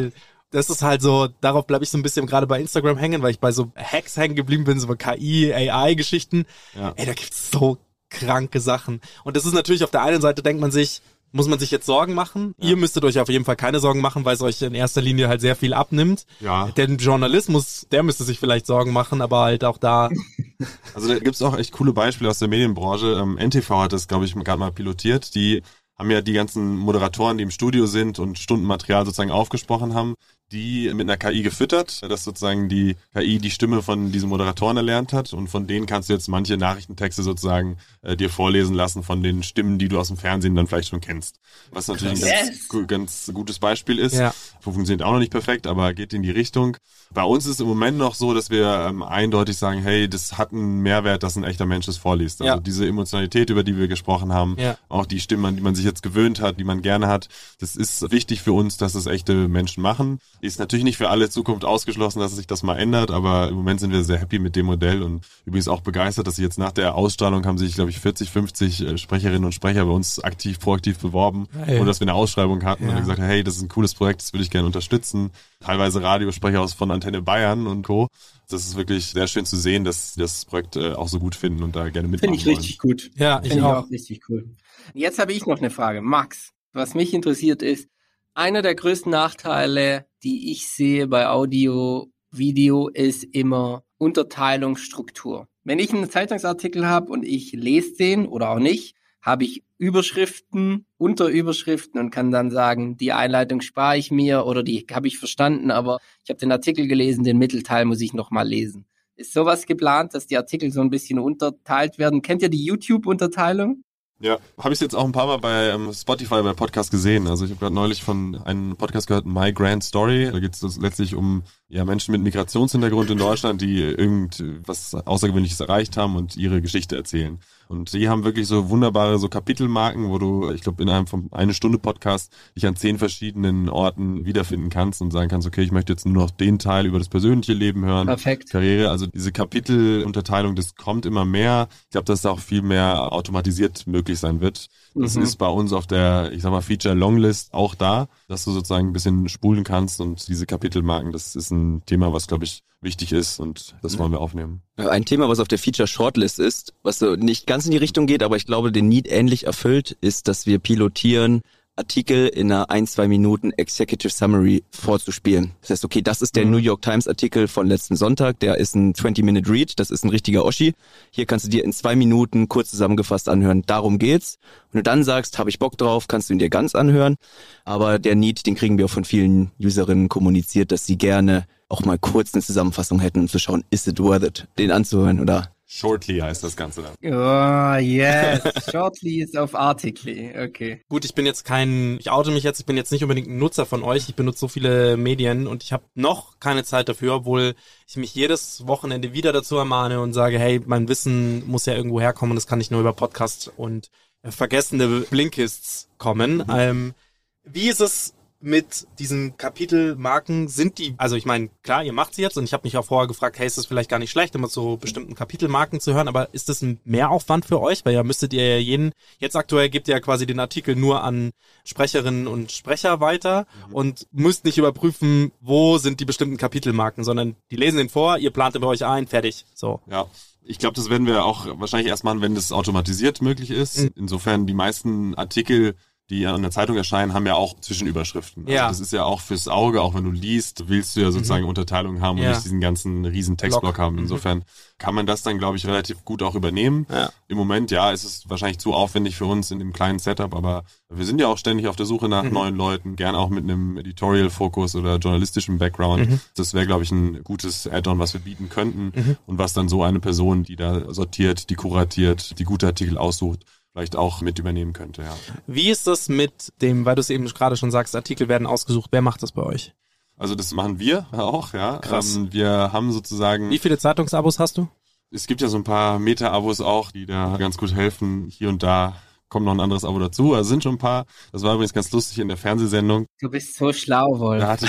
das ist halt so, darauf bleibe ich so ein bisschen gerade bei Instagram hängen, weil ich bei so Hacks hängen geblieben bin, so KI, AI-Geschichten. Ja. Ey, da gibt's so kranke Sachen. Und das ist natürlich, auf der einen Seite denkt man sich, muss man sich jetzt Sorgen machen? Ja. Ihr müsstet euch auf jeden Fall keine Sorgen machen, weil es euch in erster Linie halt sehr viel abnimmt. Ja. Der Journalismus, der müsste sich vielleicht Sorgen machen, aber halt auch da. Also da gibt's auch echt coole Beispiele aus der Medienbranche. NTV hat das, glaube ich, gerade mal pilotiert. Die haben ja die ganzen Moderatoren, die im Studio sind und Stundenmaterial sozusagen aufgesprochen haben, die mit einer KI gefüttert, dass sozusagen die KI die Stimme von diesen Moderatoren erlernt hat und von denen kannst du jetzt manche Nachrichtentexte sozusagen dir vorlesen lassen von den Stimmen, die du aus dem Fernsehen dann vielleicht schon kennst. Was natürlich ein ganz gutes Beispiel ist. Ja. Funktioniert auch noch nicht perfekt, aber geht in die Richtung. Bei uns ist es im Moment noch so, dass wir eindeutig sagen, hey, das hat einen Mehrwert, dass ein echter Mensch das vorliest. Also diese Emotionalität, über die wir gesprochen haben, auch die Stimmen, an die man sich jetzt gewöhnt hat, die man gerne hat, das ist wichtig für uns, dass das echte Menschen machen. Ist natürlich nicht für alle Zukunft ausgeschlossen, dass sich das mal ändert, aber im Moment sind wir sehr happy mit dem Modell und übrigens auch begeistert, dass sie jetzt nach der Ausstrahlung haben sich, glaube ich, 40, 50 Sprecherinnen und Sprecher bei uns proaktiv beworben, ohne dass wir eine Ausschreibung hatten und gesagt, hey, das ist ein cooles Projekt, das würde ich gerne unterstützen. Teilweise Radiosprecher von Antenne Bayern und Co. Das ist wirklich sehr schön zu sehen, dass sie das Projekt auch so gut finden und da gerne mitmachen wollen. Finde ich richtig gut. Ja, ich auch richtig cool. Jetzt habe ich noch eine Frage. Max, was mich interessiert ist, einer der größten Nachteile, die ich sehe bei Audio, Video, ist immer Unterteilungsstruktur. Wenn ich einen Zeitungsartikel habe und ich lese den oder auch nicht, habe ich Überschriften, Unterüberschriften und kann dann sagen, die Einleitung spare ich mir oder die habe ich verstanden, aber ich habe den Artikel gelesen, den Mittelteil muss ich nochmal lesen. Ist sowas geplant, dass die Artikel so ein bisschen unterteilt werden? Kennt ihr die YouTube-Unterteilung? Ja, habe ich jetzt auch ein paar Mal bei Spotify bei Podcast gesehen. Also ich habe gerade neulich von einem Podcast gehört, My Grand Story. Da geht es letztlich um Menschen mit Migrationshintergrund in Deutschland, die irgendwas Außergewöhnliches erreicht haben und ihre Geschichte erzählen. Und die haben wirklich so wunderbare so Kapitelmarken, wo du, ich glaube, innerhalb von 1 Stunde Podcast dich an 10 verschiedenen Orten wiederfinden kannst und sagen kannst, okay, ich möchte jetzt nur noch den Teil über das persönliche Leben hören. Perfekt. Karriere, also diese Kapitelunterteilung, das kommt immer mehr. Ich glaube, dass da auch viel mehr automatisiert möglich sein wird. Das ist bei uns auf der, ich sag mal, Feature-Longlist auch da, dass du sozusagen ein bisschen spulen kannst und diese Kapitelmarken, das ist ein Thema, was, glaube ich, wichtig ist und das wollen wir aufnehmen. Ein Thema, was auf der Feature-Shortlist ist, was so nicht ganz in die Richtung geht, aber ich glaube, den Need ähnlich erfüllt, ist, dass wir pilotieren, Artikel in einer 1-2 Minuten Executive Summary vorzuspielen. Das heißt, okay, das ist der New York Times Artikel von letzten Sonntag, der ist ein 20-Minute Read, das ist ein richtiger Oschi. Hier kannst du dir in 2 Minuten kurz zusammengefasst anhören, darum geht's. Wenn du dann sagst, habe ich Bock drauf, kannst du ihn dir ganz anhören. Aber der Need, den kriegen wir auch von vielen Userinnen kommuniziert, dass sie gerne auch mal kurz eine Zusammenfassung hätten, um zu schauen, is it worth it, den anzuhören oder... Shortly heißt das Ganze dann. Oh, yes. Shortly ist auf Articly. Okay. Gut, ich oute mich jetzt, ich bin jetzt nicht unbedingt ein Nutzer von euch, ich benutze so viele Medien und ich habe noch keine Zeit dafür, obwohl ich mich jedes Wochenende wieder dazu ermahne und sage, hey, mein Wissen muss ja irgendwo herkommen und das kann nicht nur über Podcast und vergessene Blinkists kommen. Wie ist es mit diesen Kapitelmarken? Also ich meine, klar, ihr macht sie jetzt und ich habe mich auch vorher gefragt, hey, ist das vielleicht gar nicht schlecht, immer zu bestimmten Kapitelmarken zu hören, aber ist das ein Mehraufwand für euch? Weil ja müsstet ihr ja jetzt aktuell gebt ihr ja quasi den Artikel nur an Sprecherinnen und Sprecher weiter und müsst nicht überprüfen, wo sind die bestimmten Kapitelmarken, sondern die lesen den vor, ihr plant bei euch ein, fertig. So. Ja. Ich glaube, das werden wir auch wahrscheinlich erst machen, wenn das automatisiert möglich ist. Insofern die meisten Artikel, die an der Zeitung erscheinen, haben ja auch Zwischenüberschriften. Also das ist ja auch fürs Auge, auch wenn du liest, willst du ja sozusagen Unterteilung haben und nicht diesen ganzen riesen Textblock haben. Insofern kann man das dann, glaube ich, relativ gut auch übernehmen. Ja. Im Moment, ist es wahrscheinlich zu aufwendig für uns in dem kleinen Setup, aber wir sind ja auch ständig auf der Suche nach neuen Leuten, gern auch mit einem Editorial-Fokus oder journalistischem Background. Das wäre, glaube ich, ein gutes Add-on, was wir bieten könnten und was dann so eine Person, die da sortiert, die kuratiert, die gute Artikel aussucht, vielleicht auch mit übernehmen könnte, ja. Wie ist das mit dem, weil du es eben gerade schon sagst, Artikel werden ausgesucht, wer macht das bei euch? Also das machen wir auch, ja. Krass. Wir haben sozusagen... Wie viele Zeitungsabos hast du? Es gibt ja so ein paar Meta-Abos auch, die da ganz gut helfen. Hier und da kommt noch ein anderes Abo dazu. Also sind schon ein paar. Das war übrigens ganz lustig in der Fernsehsendung. Du bist so schlau, Wolf. Da hatte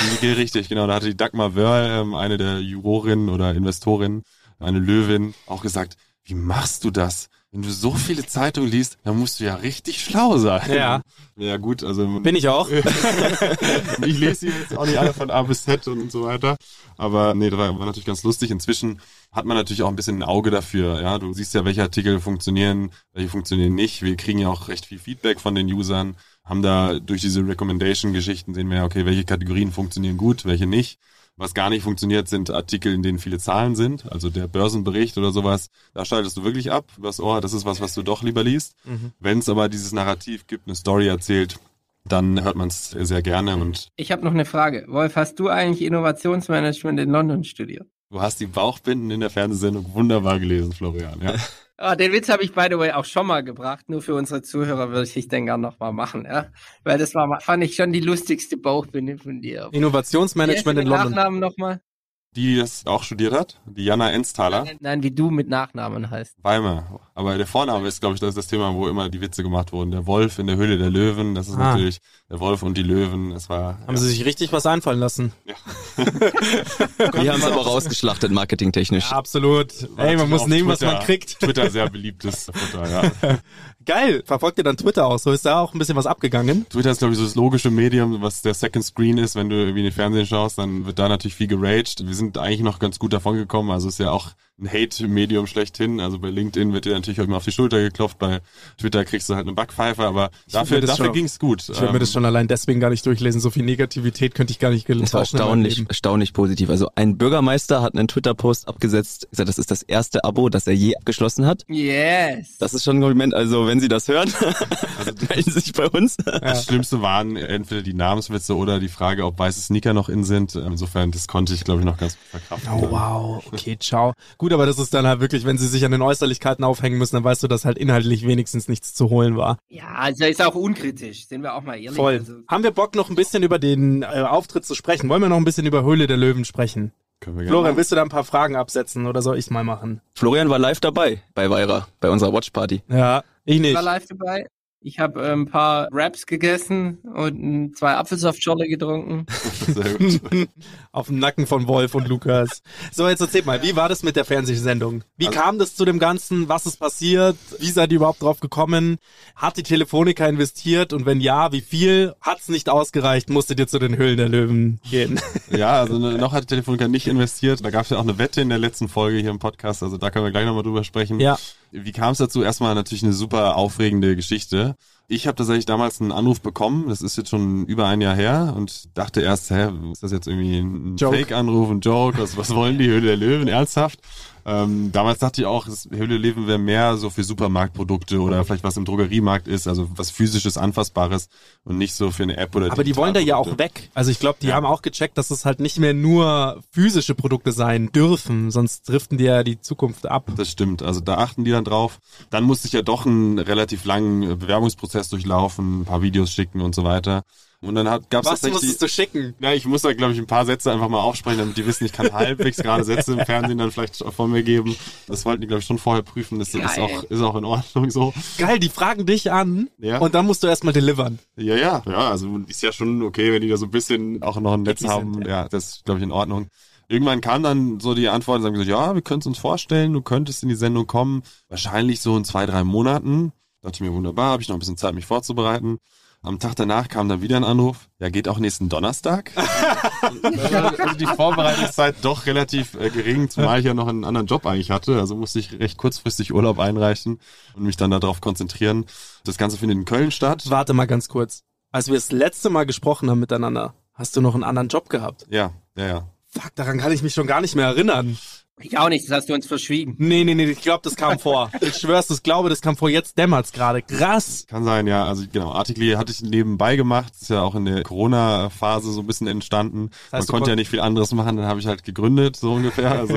die Dagmar Wörl, eine der Jurorinnen oder Investorinnen, eine Löwin, auch gesagt, wie machst du das? wenn du so viele Zeitungen liest, dann musst du ja richtig schlau sein. Ja. Ja gut, also... Bin ich auch. Ich lese die jetzt auch nicht alle von A bis Z und so weiter. Aber nee, das war natürlich ganz lustig. Inzwischen hat man natürlich auch ein bisschen ein Auge dafür. Ja, du siehst ja, welche Artikel funktionieren, welche funktionieren nicht. Wir kriegen ja auch recht viel Feedback von den Usern. Haben da durch diese Recommendation-Geschichten sehen wir ja, okay, welche Kategorien funktionieren gut, welche nicht. Was gar nicht funktioniert, sind Artikel, in denen viele Zahlen sind. Also der Börsenbericht oder sowas, da schaltest du wirklich ab übers Ohr. Das ist was du doch lieber liest. Wenn es aber dieses Narrativ gibt, eine Story erzählt, dann hört man es sehr gerne. Und Ich habe noch eine Frage. Wolf, hast du eigentlich Innovationsmanagement in London studiert? du hast die Bauchbinden in der Fernsehsendung wunderbar gelesen, Florian. Ja. Oh, den Witz habe ich, by the way, auch schon mal gebracht. Nur für unsere Zuhörer würde ich den gerne nochmal machen. Ja? Weil das fand ich schon die lustigste Bauchbinde von dir. Innovationsmanagement in London. Nachnamen nochmal? Die das auch studiert hat, die Jana Enztaler. Nein, wie du mit Nachnamen heißt. Weimer. Aber der Vorname ist, glaube ich, das ist das Thema, wo immer die Witze gemacht wurden. Der Wolf in der Höhle der Löwen, das ist natürlich der Wolf und die Löwen. Das war. Haben sie sich richtig was einfallen lassen. Ja. Wir haben es aber rausgeschlachtet, marketingtechnisch. Ja, absolut. Ey, man muss nehmen, was man kriegt. Twitter sehr beliebtes Futter, ja. Geil. Verfolgt ihr dann Twitter auch? So ist da auch ein bisschen was abgegangen? Twitter ist, glaube ich, so das logische Medium, was der Second Screen ist. Wenn du irgendwie in den Fernsehen schaust, dann wird da natürlich viel geraged. Wir sind eigentlich noch ganz gut davon gekommen. Also ist ja auch ein Hate-Medium schlechthin. Also bei LinkedIn wird dir natürlich immer auf die Schulter geklopft. Bei Twitter kriegst du halt eine Backpfeife, aber dafür ging's gut. Ich würde mir das schon allein deswegen gar nicht durchlesen. So viel Negativität könnte ich gar nicht Das war erstaunlich positiv. Also ein Bürgermeister hat einen Twitter-Post abgesetzt, gesagt, das ist das erste Abo, das er je abgeschlossen hat. Yes. Das ist schon ein Kompliment. Also wenn Sie das hören, melden Sie sich bei uns. Das Schlimmste waren entweder die Namenswitze oder die Frage, ob weiße Sneaker noch in sind. Insofern, das konnte ich, glaube ich, noch ganz gut verkraften. Oh wow, okay, ciao. Gut, aber das ist dann halt wirklich, wenn sie sich an den Äußerlichkeiten aufhängen müssen, dann weißt du, dass halt inhaltlich wenigstens nichts zu holen war. Ja, also ist auch unkritisch, sind wir auch mal ehrlich. Voll. Also, Haben wir Bock, noch ein bisschen über den Auftritt zu sprechen? Wollen wir noch ein bisschen über Höhle der Löwen sprechen? Können wir gerne Florian, machen. willst du da ein paar Fragen absetzen oder soll ich's mal machen? Florian war live dabei bei Weira, bei unserer Watchparty. Ja, ich ich nicht. war live dabei. Ich habe ein paar Wraps gegessen und 2 Apfelsaftschorle getrunken. Sehr gut. Auf dem Nacken von Wolf und Lukas. So, jetzt erzähl mal, wie war das mit der Fernsehsendung? Wie kam das zu dem Ganzen? Was ist passiert? Wie seid ihr überhaupt drauf gekommen? Hat die Telefonica investiert? Und wenn ja, wie viel? Hat's nicht ausgereicht? Musstet ihr zu den Höhlen der Löwen gehen? Ja, also noch hat die Telefonica nicht investiert. Da gab es ja auch eine Wette in der letzten Folge hier im Podcast. Also da können wir gleich nochmal drüber sprechen. Ja. Wie kam es dazu? Erstmal natürlich eine super aufregende Geschichte. Ich habe tatsächlich damals einen Anruf bekommen, das ist jetzt schon über ein Jahr her und dachte erst, ist das jetzt irgendwie ein Fake-Anruf, ein Joke, was wollen die Höhle der Löwen, ernsthaft? Damals dachte ich auch, Höhle der Löwen wäre mehr so für Supermarktprodukte oder vielleicht was im Drogeriemarkt ist, also was physisches, anfassbares und nicht so für eine App oder Aber die wollen da ja auch Digitalprodukte. weg. Also ich glaube, die haben auch gecheckt, dass es halt nicht mehr nur physische Produkte sein dürfen, sonst driften die ja die Zukunft ab. Das stimmt, also da achten die dann drauf. Dann musste ich ja doch einen relativ langen Bewerbungsprozess durchlaufen, ein paar Videos schicken und so weiter. Und dann gab's Was tatsächlich... musstest du schicken? Ja, ich muss da, glaube ich, ein paar Sätze einfach mal aufsprechen, damit die wissen, ich kann halbwegs gerade Sätze im Fernsehen dann vielleicht von mir geben. Das wollten die, glaube ich, schon vorher prüfen. Das ist auch in Ordnung so. Geil, die fragen dich an und dann musst du erstmal delivern. Ja, also ist ja schon okay, wenn die da so ein bisschen auch noch ein Netz haben. Ja, das ist, glaube ich, in Ordnung. Irgendwann kam dann so die Antwort und haben gesagt, ja, wir können es uns vorstellen, du könntest in die Sendung kommen. Wahrscheinlich so in 2-3 Monaten. Da dachte ich mir, wunderbar, habe ich noch ein bisschen Zeit, mich vorzubereiten. Am Tag danach kam dann wieder ein Anruf, ja, geht auch nächsten Donnerstag. Also die Vorbereitungszeit doch relativ gering, zumal ich ja noch einen anderen Job eigentlich hatte. Also musste ich recht kurzfristig Urlaub einreichen und mich dann darauf konzentrieren. Das Ganze findet in Köln statt. Warte mal ganz kurz. Als wir das letzte Mal gesprochen haben miteinander, hast du noch einen anderen Job gehabt? Ja. Fuck, daran kann ich mich schon gar nicht mehr erinnern. Ich auch nicht, das hast du uns verschwiegen. Nee, ich glaube, das kam vor. Ich schwör's, das kam vor, jetzt dämmert's gerade. Krass. Kann sein, ja. Also genau, Artikli hatte ich nebenbei gemacht. Ist ja auch in der Corona-Phase so ein bisschen entstanden. Das heißt, man konnte ja nicht viel anderes machen, dann habe ich halt gegründet, so ungefähr. Also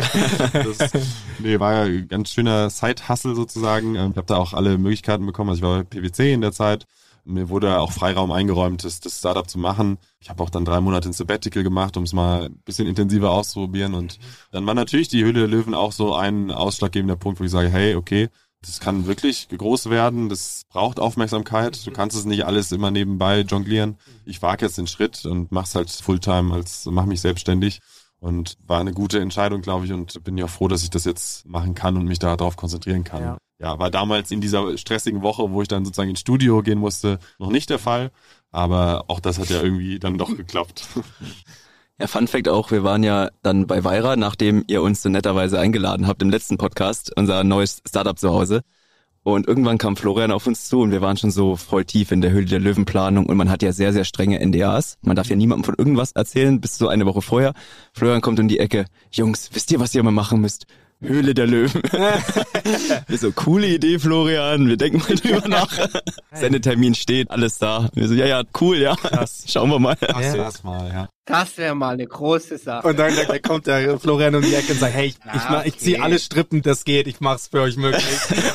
war ja ein ganz schöner Side-Hustle sozusagen. Ich habe da auch alle Möglichkeiten bekommen. Also ich war bei PwC in der Zeit. Mir wurde auch Freiraum eingeräumt, das Startup zu machen. Ich habe auch dann 3 Monate ein Sabbatical gemacht, um es mal ein bisschen intensiver auszuprobieren. Und dann war natürlich die Höhle der Löwen auch so ein ausschlaggebender Punkt, wo ich sage, hey, okay, das kann wirklich groß werden, das braucht Aufmerksamkeit. Du kannst es nicht alles immer nebenbei jonglieren. Ich wage jetzt den Schritt und mach's halt Fulltime, mach mich selbstständig. Und war eine gute Entscheidung, glaube ich, und bin ja auch froh, dass ich das jetzt machen kann und mich darauf konzentrieren kann. ja, war damals in dieser stressigen Woche, wo ich dann sozusagen ins Studio gehen musste, noch nicht der Fall. Aber auch das hat ja irgendwie dann doch geklappt. Ja, Fun Fact auch, wir waren ja dann bei Wayra, nachdem ihr uns so netterweise eingeladen habt im letzten Podcast, unser neues Startup zu Hause. Und irgendwann kam Florian auf uns zu und wir waren schon so voll tief in der Höhle der Löwen-Planung und man hat ja sehr, sehr strenge NDAs. Man darf ja niemandem von irgendwas erzählen, bis so eine Woche vorher. Florian kommt um die Ecke, Jungs, wisst ihr, was ihr mal machen müsst? Höhle der Löwen. Wir so, coole Idee, Florian, wir denken mal drüber nach. Sendetermin steht, alles da. Wir so, ja, cool, ja. Krass. Schauen wir mal. Das mal, ja. Das wäre mal eine große Sache. Und dann kommt der Florian um die Ecke und sagt, hey, ich zieh alle Strippen, das geht, ich mach's für euch möglich.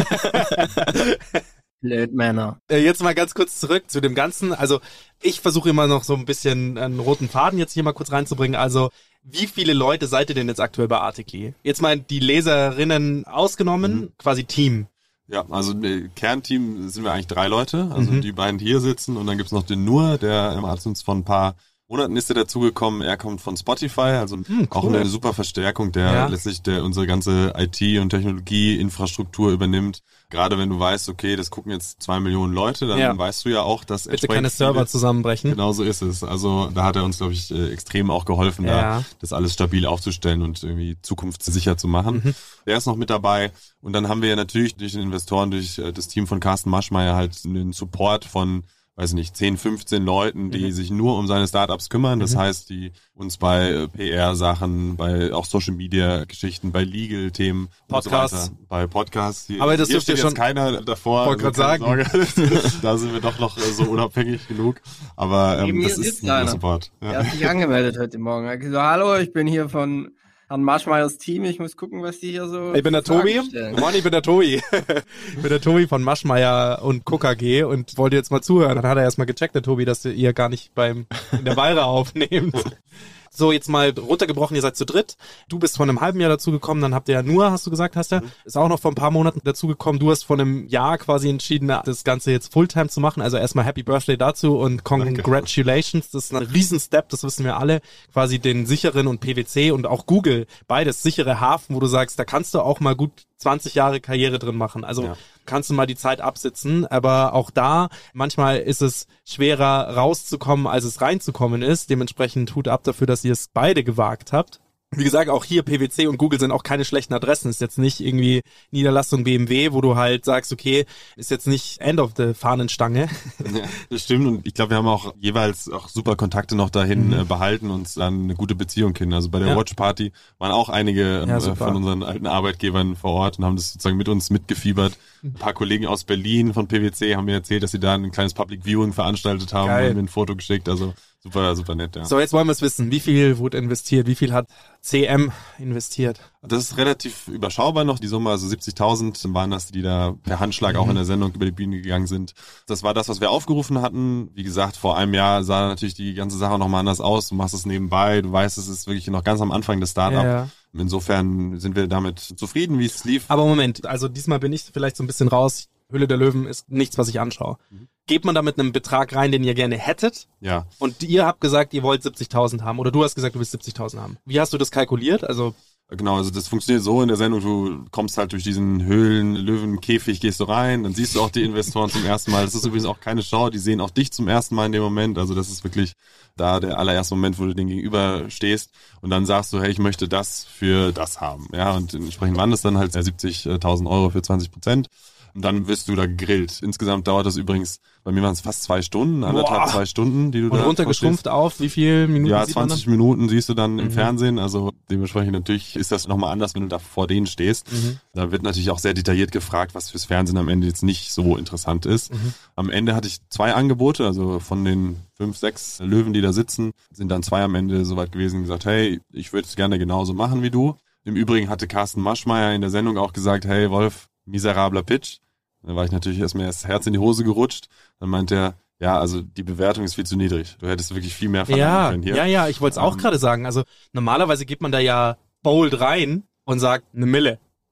Blöd, Männer. Jetzt mal ganz kurz zurück zu dem Ganzen. Also ich versuche immer noch so ein bisschen einen roten Faden jetzt hier mal kurz reinzubringen. Also wie viele Leute seid ihr denn jetzt aktuell bei Articly? Jetzt mal die Leserinnen ausgenommen, quasi Team. Ja, also Kernteam sind wir eigentlich 3 Leute. Also die beiden hier sitzen und dann gibt's noch den Nur, der hat uns von ein paar Monaten ist er dazugekommen. Er kommt von Spotify, also cool. Auch eine super Verstärkung, der letztlich unsere ganze IT- und Technologie-Infrastruktur übernimmt. Gerade wenn du weißt, okay, das gucken jetzt 2 Millionen Leute, dann weißt du ja auch, dass bitte keine Server zusammenbrechen. Genau so ist es. Also da hat er uns, glaube ich, extrem auch geholfen, da das alles stabil aufzustellen und irgendwie zukunftssicher zu machen. Der ist noch mit dabei. Und dann haben wir ja natürlich durch den Investoren, durch das Team von Carsten Maschmeyer halt einen Support von, weiß nicht, 10, 15 Leuten, die sich nur um seine Startups kümmern. Das heißt, die uns bei PR-Sachen, bei auch Social-Media-Geschichten, bei Legal-Themen, Podcasts. und so weiter, bei Podcasts. Aber das hier dürft ihr steht schon. Jetzt keiner davor. Wollte gerade sagen. Sorge. Da sind wir doch noch so unabhängig genug. Aber das ist ein Support. Ja. Er hat sich angemeldet heute Morgen. Er hat gesagt, hallo, ich bin hier von Herrn Maschmeyers Team, ich muss gucken, was die hier so. Ich bin der Tobi. Mann, ich bin der Tobi. Ich bin der Tobi von Maschmeyer und KKG und wollte jetzt mal zuhören. Dann hat er erstmal gecheckt, der Tobi, dass ihr gar nicht in der Wayra aufnehmt. So, jetzt mal runtergebrochen, ihr seid zu dritt. Du bist vor einem halben Jahr dazugekommen, dann habt ihr ja nur, hast du gesagt, ist auch noch vor ein paar Monaten dazugekommen. Du hast vor einem Jahr quasi entschieden, das Ganze jetzt Fulltime zu machen. Also erstmal Happy Birthday dazu und Congratulations. Das ist ein Riesenstep, das wissen wir alle. Quasi den sicheren und PwC und auch Google, beides sichere Hafen, wo du sagst, da kannst du auch mal gut 20 Jahre Karriere drin machen. Also kannst du mal die Zeit absitzen, aber auch da, manchmal ist es schwerer rauszukommen, als es reinzukommen ist. Dementsprechend Hut ab dafür, dass ihr es beide gewagt habt. Wie gesagt, auch hier PwC und Google sind auch keine schlechten Adressen. Ist jetzt nicht irgendwie Niederlassung BMW, wo du halt sagst, okay, ist jetzt nicht End of the Fahnenstange. Ja, das stimmt und ich glaube, wir haben auch jeweils auch super Kontakte noch dahin behalten und dann eine gute Beziehung hin. Also bei der Watch Party waren auch einige von unseren alten Arbeitgebern vor Ort und haben das sozusagen mit uns mitgefiebert. Ein paar Kollegen aus Berlin von PwC haben mir erzählt, dass sie da ein kleines Public Viewing veranstaltet haben und mir ein Foto geschickt. Also super, super nett, ja. So, jetzt wollen wir es wissen. Wie viel wurde investiert? Wie viel hat CM investiert? Das ist relativ überschaubar noch. Die Summe, also 70.000 waren das, die da per Handschlag auch in der Sendung über die Bühne gegangen sind. Das war das, was wir aufgerufen hatten. Wie gesagt, vor einem Jahr sah natürlich die ganze Sache nochmal anders aus. Du machst es nebenbei. Du weißt, es ist wirklich noch ganz am Anfang des Startup. Ja. Insofern sind wir damit zufrieden, wie es lief. Aber Moment, also diesmal bin ich vielleicht so ein bisschen raus. Höhle der Löwen ist nichts, was ich anschaue. Geht man da mit einem Betrag rein, den ihr gerne hättet? Ja. Und ihr habt gesagt, ihr wollt 70.000 haben. Oder du hast gesagt, du willst 70.000 haben. Wie hast du das kalkuliert? Also Genau, also das funktioniert so in der Sendung, du kommst halt durch diesen Höhlen-Löwen-Käfig, gehst du rein, dann siehst du auch die Investoren zum ersten Mal. Das ist übrigens auch keine Show, die sehen auch dich zum ersten Mal in dem Moment. Also das ist wirklich da der allererste Moment, wo du denen gegenüber stehst und dann sagst du, hey, ich möchte das für das haben. Ja, und entsprechend waren das dann halt 70.000 Euro für 20%. Und dann wirst du da gegrillt. Insgesamt dauert das übrigens, bei mir waren es fast 2 Stunden, 2 Stunden, die du und da runtergeschrumpft auf, wie viel Minuten ja, sieht man 20 Minuten siehst du dann im Fernsehen, also dementsprechend natürlich ist das nochmal anders, wenn du da vor denen stehst. Da wird natürlich auch sehr detailliert gefragt, was fürs Fernsehen am Ende jetzt nicht so interessant ist. Am Ende hatte ich 2 Angebote, also von den 5, 6 Löwen, die da sitzen, sind dann 2 am Ende soweit gewesen und gesagt, hey, ich würde es gerne genauso machen wie du. Im Übrigen hatte Carsten Maschmeyer in der Sendung auch gesagt, hey Wolf, miserabler Pitch. Da war ich natürlich erstmal das Herz in die Hose gerutscht. Dann meint er, ja, also die Bewertung ist viel zu niedrig. Du hättest wirklich viel mehr verlangen können hier. Ja, ich wollte es auch gerade sagen. Also normalerweise geht man da ja bold rein und sagt 1 Mille.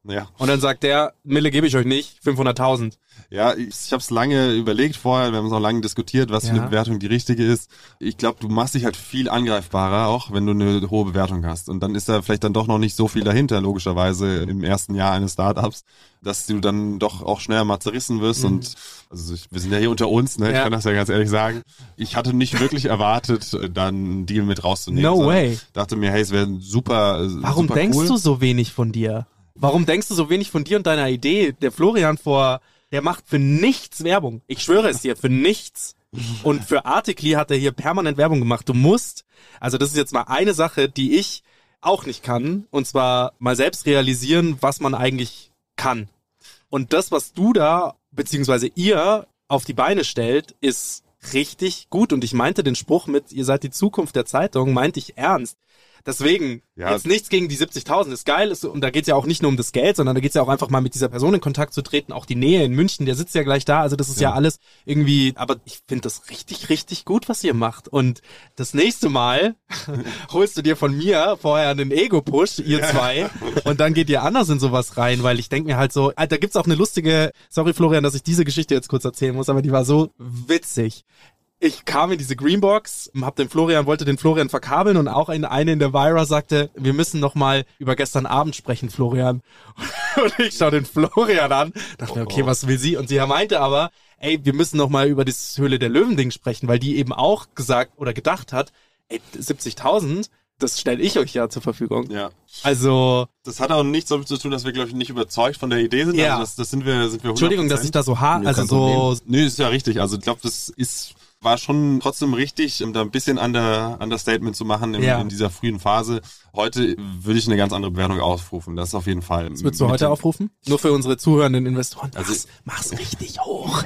Ja. Und dann sagt der, Mille gebe ich euch nicht, 500.000. Ja, ich habe es lange überlegt vorher, wir haben es auch lange diskutiert, was für eine Bewertung die richtige ist. Ich glaube, du machst dich halt viel angreifbarer, auch wenn du eine hohe Bewertung hast. Und dann ist da vielleicht dann doch noch nicht so viel dahinter, logischerweise im ersten Jahr eines Startups, dass du dann doch auch schneller mal zerrissen wirst. Und also wir sind ja hier unter uns, ne? Ich kann das ja ganz ehrlich sagen. Ich hatte nicht wirklich erwartet, dann einen Deal mit rauszunehmen. No way. Dachte mir, hey, es wäre super. Warum super denkst cool. du so wenig von dir? Warum denkst du so wenig von dir und deiner Idee? Der Florian der macht für nichts Werbung. Ich schwöre es dir, für nichts. Und für Articly hat er hier permanent Werbung gemacht. Du musst, also das ist jetzt mal eine Sache, die ich auch nicht kann, und zwar mal selbst realisieren, was man eigentlich kann. Und das, was du da, beziehungsweise ihr auf die Beine stellt, ist richtig gut. Und ich meinte den Spruch mit, ihr seid die Zukunft der Zeitung, meinte ich ernst. Deswegen, jetzt nichts gegen die 70.000, ist geil, und da geht's ja auch nicht nur um das Geld, sondern da geht's ja auch einfach mal mit dieser Person in Kontakt zu treten, auch die Nähe in München, der sitzt ja gleich da, also das ist ja alles irgendwie, aber ich finde das richtig, richtig gut, was ihr macht. Und das nächste Mal holst du dir von mir vorher einen Ego-Push, ihr zwei, und dann geht ihr anders in sowas rein, weil ich denke mir halt so, da gibt's auch eine lustige, sorry Florian, dass ich diese Geschichte jetzt kurz erzählen muss, aber die war so witzig. Ich kam in diese Greenbox, wollte den Florian verkabeln, und auch eine in der Vira sagte, wir müssen noch mal über gestern Abend sprechen, Florian. Und ich schaue den Florian an, dachte mir, okay, was will sie? Und sie meinte aber, ey, wir müssen noch mal über das Höhle der Löwen-Ding sprechen, weil die eben auch gesagt oder gedacht hat, ey, 70.000, das stelle ich euch ja zur Verfügung. Ja. Also, das hat auch nichts damit zu tun, dass wir, glaube ich, nicht überzeugt von der Idee sind. Ja. Also das sind wir 100%. Entschuldigung, dass ich da so Nö, ist ja richtig. Also ich glaube, war schon trotzdem richtig, da ein bisschen Understatement zu machen in dieser frühen Phase. Heute würde ich eine ganz andere Bewertung aufrufen. Das ist auf jeden Fall. Was würdest du heute aufrufen? Nur für unsere zuhörenden Investoren. Also mach's richtig hoch.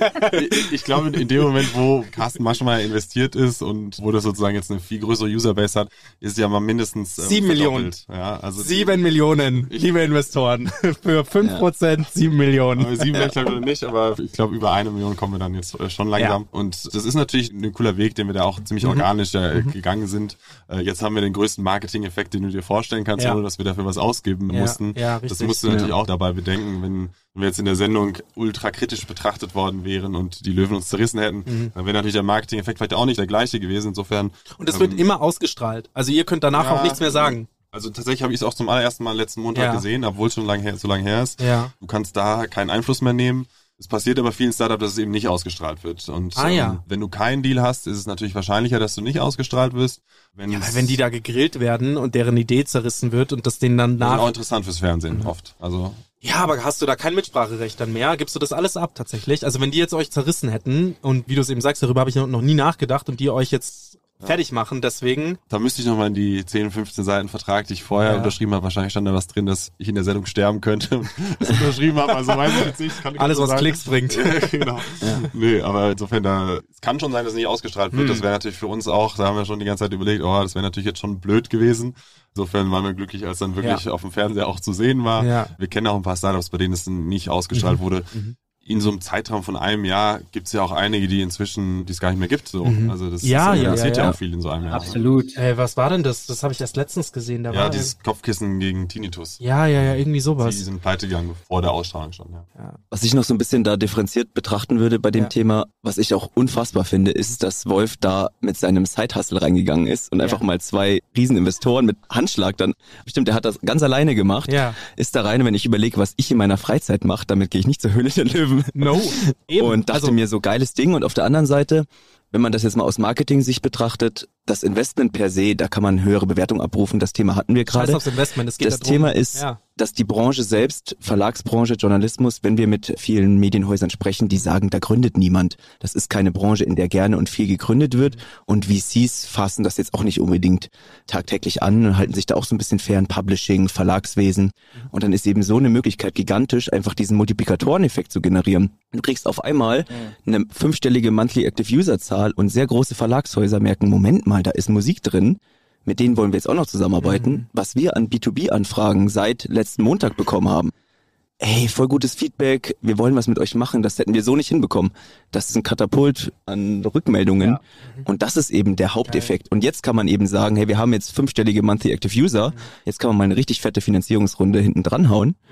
Ich glaube, in dem Moment, wo Carsten Maschmeyer investiert ist und wo das sozusagen jetzt eine viel größere Userbase hat, ist ja mal mindestens 7 Millionen. Ja, also 7 Millionen, liebe Investoren. Für 5% 7 Millionen. Aber 7 glaube ich nicht, aber ich glaube, über 1 Million kommen wir dann jetzt schon langsam. Ja. Und das ist natürlich ein cooler Weg, den wir da auch ziemlich organisch gegangen sind. Jetzt haben wir den größten Marketing-Effekt, den du dir vorstellen kannst, ohne dass wir dafür was ausgeben mussten. Ja, richtig. Das musst du natürlich auch dabei bedenken, wenn wir jetzt in der Sendung ultra kritisch betrachtet worden wären und die Löwen uns zerrissen hätten, dann wäre natürlich der Marketing-Effekt vielleicht auch nicht der gleiche gewesen. Insofern. Und es wird immer ausgestrahlt. Also ihr könnt danach auch nichts mehr sagen. Also tatsächlich habe ich es auch zum allerersten Mal letzten Montag gesehen, obwohl es schon so lange her ist. Ja. Du kannst da keinen Einfluss mehr nehmen. Es passiert aber vielen Startups, dass es eben nicht ausgestrahlt wird. Und wenn du keinen Deal hast, ist es natürlich wahrscheinlicher, dass du nicht ausgestrahlt wirst. Weil wenn die da gegrillt werden und deren Idee zerrissen wird und das denen dann Das ist auch interessant fürs Fernsehen oft. Also ja, aber hast du da kein Mitspracherecht dann mehr? Gibst du das alles ab tatsächlich? Also wenn die jetzt euch zerrissen hätten, und wie du es eben sagst, darüber habe ich noch nie nachgedacht, und die euch jetzt fertig machen, deswegen. Da müsste ich nochmal in die 10, 15 Seiten Vertrag, die ich vorher unterschrieben habe, wahrscheinlich stand da was drin, dass ich in der Sendung sterben könnte, das unterschrieben habe, also weiß ich jetzt nicht. Kann alles, was sagen. Klicks bringt. Genau. Ja. Nee, aber insofern es kann schon sein, dass es nicht ausgestrahlt wird, das wäre natürlich für uns auch, da haben wir schon die ganze Zeit überlegt, das wäre natürlich jetzt schon blöd gewesen. Insofern waren wir glücklich, als dann wirklich auf dem Fernseher auch zu sehen war. Ja. Wir kennen auch ein paar Startups, bei denen es nicht ausgestrahlt wurde. In so einem Zeitraum von einem Jahr gibt es ja auch einige, die es gar nicht mehr gibt. So. Also das passiert ja auch viel in so einem Jahr. Absolut. Was war denn das? Das habe ich erst letztens gesehen. Da war dieses Kopfkissen gegen Tinnitus. Ja, irgendwie sowas. Die sind pleite gegangen vor der Ausstrahlung schon. Ja. Was ich noch so ein bisschen da differenziert betrachten würde bei dem Thema, was ich auch unfassbar finde, ist, dass Wolf da mit seinem Side-Hustle reingegangen ist und einfach mal 2 Rieseninvestoren mit Handschlag dann, bestimmt, der hat das ganz alleine gemacht, ist da rein, wenn ich überlege, was ich in meiner Freizeit mache, damit gehe ich nicht zur Höhle der Löwen. No, eben. Und dachte mir, so geiles Ding. Und auf der anderen Seite, wenn man das jetzt mal aus Marketing-Sicht betrachtet, das Investment per se, da kann man höhere Bewertung abrufen. Das Thema hatten wir gerade. Das Thema ist, dass die Branche selbst, Verlagsbranche, Journalismus, wenn wir mit vielen Medienhäusern sprechen, die sagen, da gründet niemand. Das ist keine Branche, in der gerne und viel gegründet wird. Und VCs fassen das jetzt auch nicht unbedingt tagtäglich an und halten sich da auch so ein bisschen fern. Publishing, Verlagswesen. Und dann ist eben so eine Möglichkeit gigantisch, einfach diesen Multiplikatoreneffekt zu generieren. Du kriegst auf einmal eine 5-stellige Monthly Active User Zahl und sehr große Verlagshäuser merken, Moment mal, da ist Musik drin. Mit denen wollen wir jetzt auch noch zusammenarbeiten. Was wir an B2B-Anfragen seit letzten Montag bekommen haben. Ey, voll gutes Feedback, wir wollen was mit euch machen, das hätten wir so nicht hinbekommen. Das ist ein Katapult an Rückmeldungen und das ist eben der Haupteffekt. Und jetzt kann man eben sagen, hey, wir haben jetzt 5-stellige Monthly Active User, jetzt kann man mal eine richtig fette Finanzierungsrunde hinten dran hauen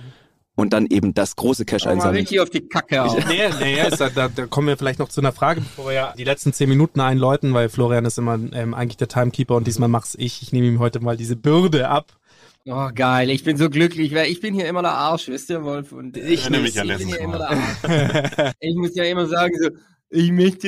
und dann eben das große Cash Mal einsammeln. richtig auf die Kacke auf. Da kommen wir vielleicht noch zu einer Frage, bevor wir ja die letzten 10 Minuten einläuten, weil Florian ist immer eigentlich der Timekeeper und diesmal mach's ich. Ich nehme ihm heute mal diese Bürde ab. Oh, geil. Ich bin so glücklich, weil ich bin hier immer der Arsch, wisst ihr, Wolf? Und ich bin hier immer der Arsch. Ich muss ja immer sagen so, ich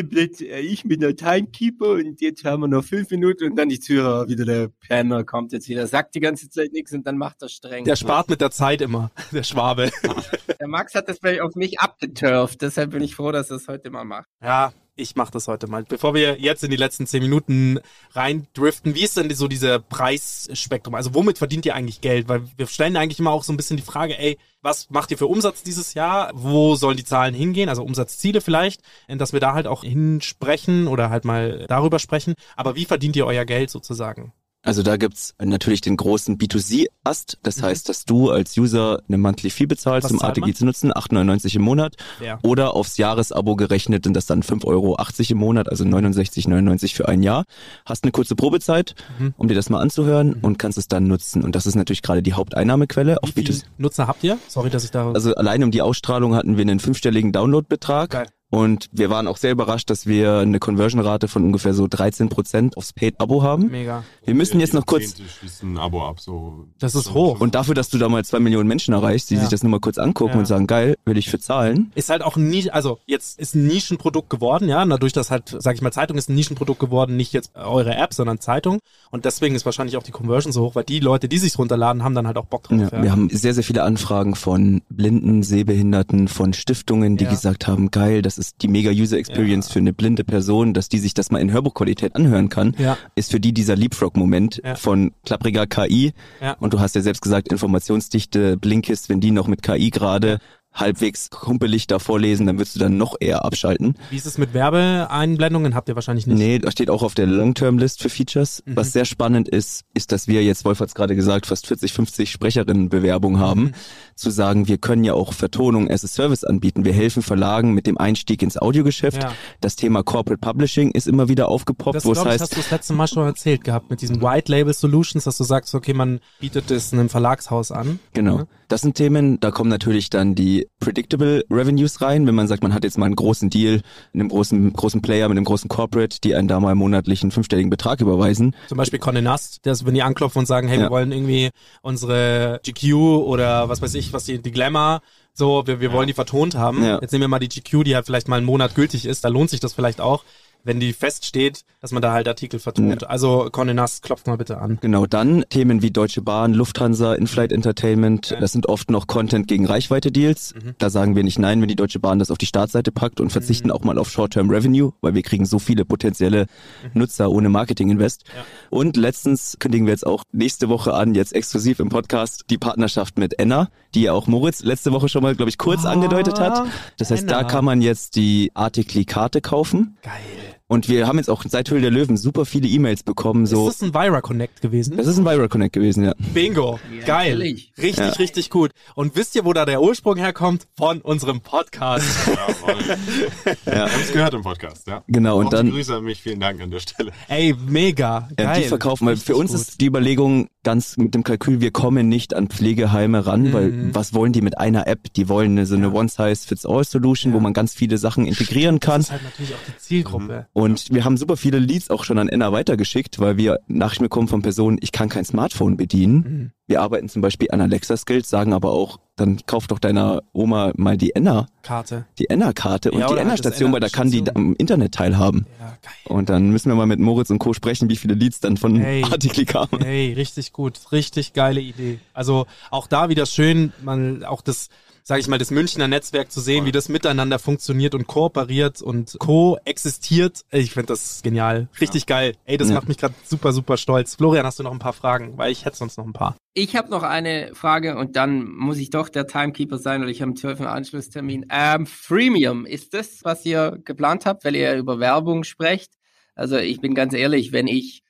bin der Timekeeper und jetzt haben wir noch 5 Minuten und dann die Zuhörer, wieder der Penner kommt jetzt wieder, sagt die ganze Zeit nichts und dann macht er streng. Der spart mit der Zeit immer, der Schwabe. Der Max hat das auf mich abgeturft, deshalb bin ich froh, dass er es heute mal macht. Ja, ich mache das heute mal. Bevor wir jetzt in die letzten 10 Minuten reindriften, wie ist denn so dieser Preisspektrum? Also womit verdient ihr eigentlich Geld? Weil wir stellen eigentlich immer auch so ein bisschen die Frage, was macht ihr für Umsatz dieses Jahr? Wo sollen die Zahlen hingehen? Also Umsatzziele vielleicht, dass wir da halt auch hinsprechen oder halt mal darüber sprechen. Aber wie verdient ihr euer Geld sozusagen? Also da gibt's natürlich den großen B2C-Ast. Das heißt, dass du als User eine Monthly Fee bezahlst, um ATG zu nutzen, 8,99 im Monat. Ja. Oder aufs Jahresabo gerechnet und das dann 5,80 Euro im Monat, also 69,99 für ein Jahr. Hast eine kurze Probezeit, um dir das mal anzuhören und kannst es dann nutzen. Und das ist natürlich gerade die Haupteinnahmequelle auf B2C. Wie viele Nutzer habt ihr? Sorry, dass ich da... Also allein um die Ausstrahlung hatten wir einen 5-stelligen Downloadbetrag. Geil. Und wir waren auch sehr überrascht, dass wir eine Conversion-Rate von ungefähr so 13% aufs Paid-Abo haben. Mega. Wir müssen jetzt noch kurz... Schließen ein Abo ab, so. Das ist hoch. Und dafür, dass du da mal 2 Millionen Menschen erreichst, die sich das nur mal kurz angucken und sagen, geil, will ich für zahlen. Ist halt auch also jetzt ist ein Nischenprodukt geworden, ja, dadurch, dass halt, sag ich mal, Zeitung ist ein Nischenprodukt geworden, nicht jetzt eure App, sondern Zeitung. Und deswegen ist wahrscheinlich auch die Conversion so hoch, weil die Leute, die sich's runterladen, haben dann halt auch Bock drauf. Ja. Wir haben sehr, sehr viele Anfragen von Blinden, Sehbehinderten, von Stiftungen, die gesagt haben, geil, das ist die mega User Experience für eine blinde Person, dass die sich das mal in Hörbuchqualität anhören kann, ist für die dieser Leapfrog-Moment von klappriger KI. Ja. Und du hast ja selbst gesagt, Informationsdichte, Blinkist, wenn die noch mit KI gerade halbwegs humpelig da vorlesen, dann würdest du dann noch eher abschalten. Wie ist es mit Werbeeinblendungen? Habt ihr wahrscheinlich nicht. Nee, da steht auch auf der Long-Term-List für Features. Was sehr spannend ist, dass wir jetzt, Wolf hat's gerade gesagt, fast 40, 50 Sprecherinnenbewerbungen haben, zu sagen, wir können ja auch Vertonung as a Service anbieten. Wir helfen Verlagen mit dem Einstieg ins Audiogeschäft. Ja. Das Thema Corporate Publishing ist immer wieder aufgepoppt, wo es heißt... Das hast du das letzte Mal schon erzählt gehabt, mit diesen White Label Solutions, dass du sagst, okay, man bietet es einem Verlagshaus an. Genau. Das sind Themen, da kommen natürlich dann die Predictable Revenues rein, wenn man sagt, man hat jetzt mal einen großen Deal in einem großen Player mit einem großen Corporate, die einen da mal monatlich einen 5-stelligen Betrag überweisen. Zum Beispiel Condé Nast, wenn die anklopfen und sagen, hey, wir wollen irgendwie unsere GQ oder was weiß ich, was die Glamour, so, wir wollen die vertont haben. Ja. Jetzt nehmen wir mal die GQ, die halt vielleicht mal einen Monat gültig ist, da lohnt sich das vielleicht auch, wenn die feststeht, dass man da halt Artikel vertont. Ja. Also Condé Nast, klopft mal bitte an. Genau, dann Themen wie Deutsche Bahn, Lufthansa, In-Flight Entertainment, das sind oft noch Content gegen Reichweite-Deals. Da sagen wir nicht nein, wenn die Deutsche Bahn das auf die Startseite packt und verzichten auch mal auf Short-Term Revenue, weil wir kriegen so viele potenzielle Nutzer ohne Marketing-Invest. Ja. Und letztens kündigen wir jetzt auch nächste Woche an, jetzt exklusiv im Podcast, die Partnerschaft mit Enna, die ja auch Moritz letzte Woche schon mal, glaube ich, kurz angedeutet hat. Das heißt, da kann man jetzt die Artikli-Karte kaufen. Geil. Und wir haben jetzt auch seit Höhle der Löwen super viele E-Mails bekommen. So. Ist das ein Vira Connect gewesen? Das ist ein Vira Connect gewesen, ja. Bingo. Ja, geil. Richtig, richtig gut. Und wisst ihr, wo da der Ursprung herkommt? Von unserem Podcast. Jawohl. Wir haben es gehört im Podcast, ja. Genau. Und dann. Grüße an mich, vielen Dank an der Stelle. Ey, mega. Geil. Die verkaufen, weil für uns ist die Überlegung ganz mit dem Kalkül, wir kommen nicht an Pflegeheime ran, weil was wollen die mit einer App? Die wollen so eine One-Size-Fits-All-Solution, wo man ganz viele Sachen integrieren kann. Das ist halt natürlich auch die Zielgruppe. Und wir haben super viele Leads auch schon an Enna weitergeschickt, weil wir Nachrichten bekommen von Personen, ich kann kein Smartphone bedienen. Wir arbeiten zum Beispiel an Alexa-Skills, sagen aber auch, dann kauf doch deiner Oma mal die Enna-Karte. Die Enna-Karte und die Enna-Station, weil da kann die am Internet teilhaben. Ja, geil. Und dann müssen wir mal mit Moritz und Co. sprechen, wie viele Leads dann von Artikli kamen. Hey, richtig gut. Richtig geile Idee. Also auch da wieder schön, auch das, sage ich mal, das Münchner Netzwerk zu sehen, wie das miteinander funktioniert und kooperiert und koexistiert. Ich finde das genial. Richtig geil. Ey, das macht mich gerade super, super stolz. Florian, hast du noch ein paar Fragen? Weil ich hätte sonst noch ein paar. Ich habe noch eine Frage und dann muss ich doch der Timekeeper sein, weil ich habe einen 12. Anschlusstermin. Freemium, ist das, was ihr geplant habt, weil ihr über Werbung sprecht? Also ich bin ganz ehrlich, wenn ich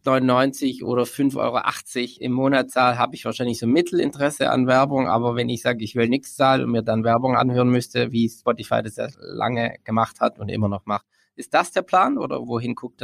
8,99 oder 5,80 Euro im Monat zahle, habe ich wahrscheinlich so Mittelinteresse an Werbung, aber wenn ich sage, ich will nichts zahlen und mir dann Werbung anhören müsste, wie Spotify das ja lange gemacht hat und immer noch macht, ist das der Plan oder wohin guckt ihr da?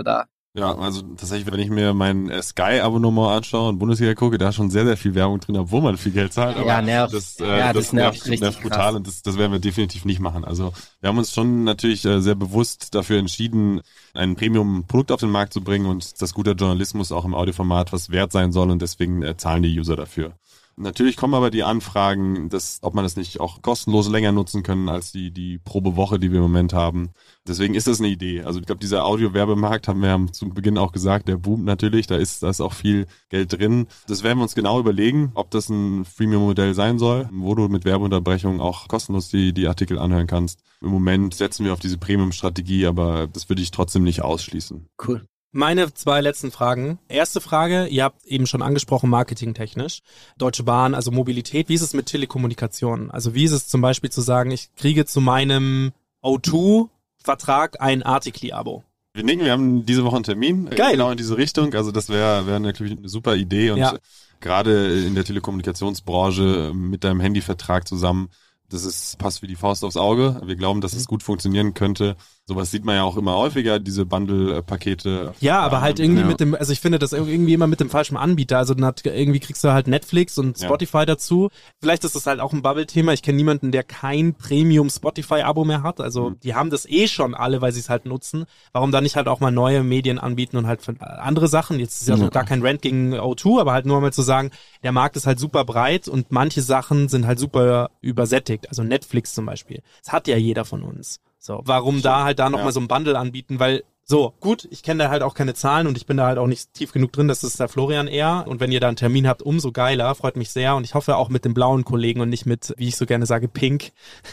Ja, also tatsächlich, wenn ich mir mein Sky-Abonnement anschaue und Bundesliga gucke, da ist schon sehr, sehr viel Werbung drin, obwohl man viel Geld zahlt. Aber nervt. Das nervt nervt brutal und das werden wir definitiv nicht machen. Also wir haben uns schon natürlich sehr bewusst dafür entschieden, ein Premium-Produkt auf den Markt zu bringen und dass guter Journalismus auch im Audioformat was wert sein soll und deswegen zahlen die User dafür. Natürlich kommen aber die Anfragen, ob man das nicht auch kostenlos länger nutzen können als die Probewoche, die wir im Moment haben. Deswegen ist das eine Idee. Also ich glaube, dieser Audio-Werbemarkt, haben wir zu Beginn auch gesagt, der boomt natürlich, da ist auch viel Geld drin. Das werden wir uns genau überlegen, ob das ein Freemium-Modell sein soll, wo du mit Werbeunterbrechung auch kostenlos die Artikel anhören kannst. Im Moment setzen wir auf diese Premium-Strategie, aber das würde ich trotzdem nicht ausschließen. Cool. Meine 2 letzten Fragen. Erste Frage, ihr habt eben schon angesprochen, marketingtechnisch. Deutsche Bahn, also Mobilität. Wie ist es mit Telekommunikation? Also wie ist es zum Beispiel zu sagen, ich kriege zu meinem O2-Vertrag ein Artikli-Abo? Wir haben diese Woche einen Termin. Geil. Genau in diese Richtung. Also das wäre natürlich eine super Idee und gerade in der Telekommunikationsbranche mit deinem Handyvertrag zusammen, passt wie die Faust aufs Auge. Wir glauben, dass es gut funktionieren könnte. Sowas sieht man ja auch immer häufiger, diese Bundle-Pakete. Ja, aber halt irgendwie also ich finde das irgendwie immer mit dem falschen Anbieter. Also irgendwie kriegst du halt Netflix und Spotify dazu. Vielleicht ist das halt auch ein Bubble-Thema. Ich kenne niemanden, der kein Premium-Spotify-Abo mehr hat. Also die haben das schon alle, weil sie es halt nutzen. Warum dann nicht halt auch mal neue Medien anbieten und halt für andere Sachen? Jetzt ist ja so gar kein Rant gegen O2, aber halt nur mal zu sagen, der Markt ist halt super breit und manche Sachen sind halt super übersättigt. Also Netflix zum Beispiel. Das hat ja jeder von uns. So, warum da nochmal so ein Bundle anbieten, weil gut, ich kenne da halt auch keine Zahlen und ich bin da halt auch nicht tief genug drin, das ist der Florian eher und wenn ihr da einen Termin habt, umso geiler, freut mich sehr und ich hoffe auch mit dem blauen Kollegen und nicht mit, wie ich so gerne sage, Pink.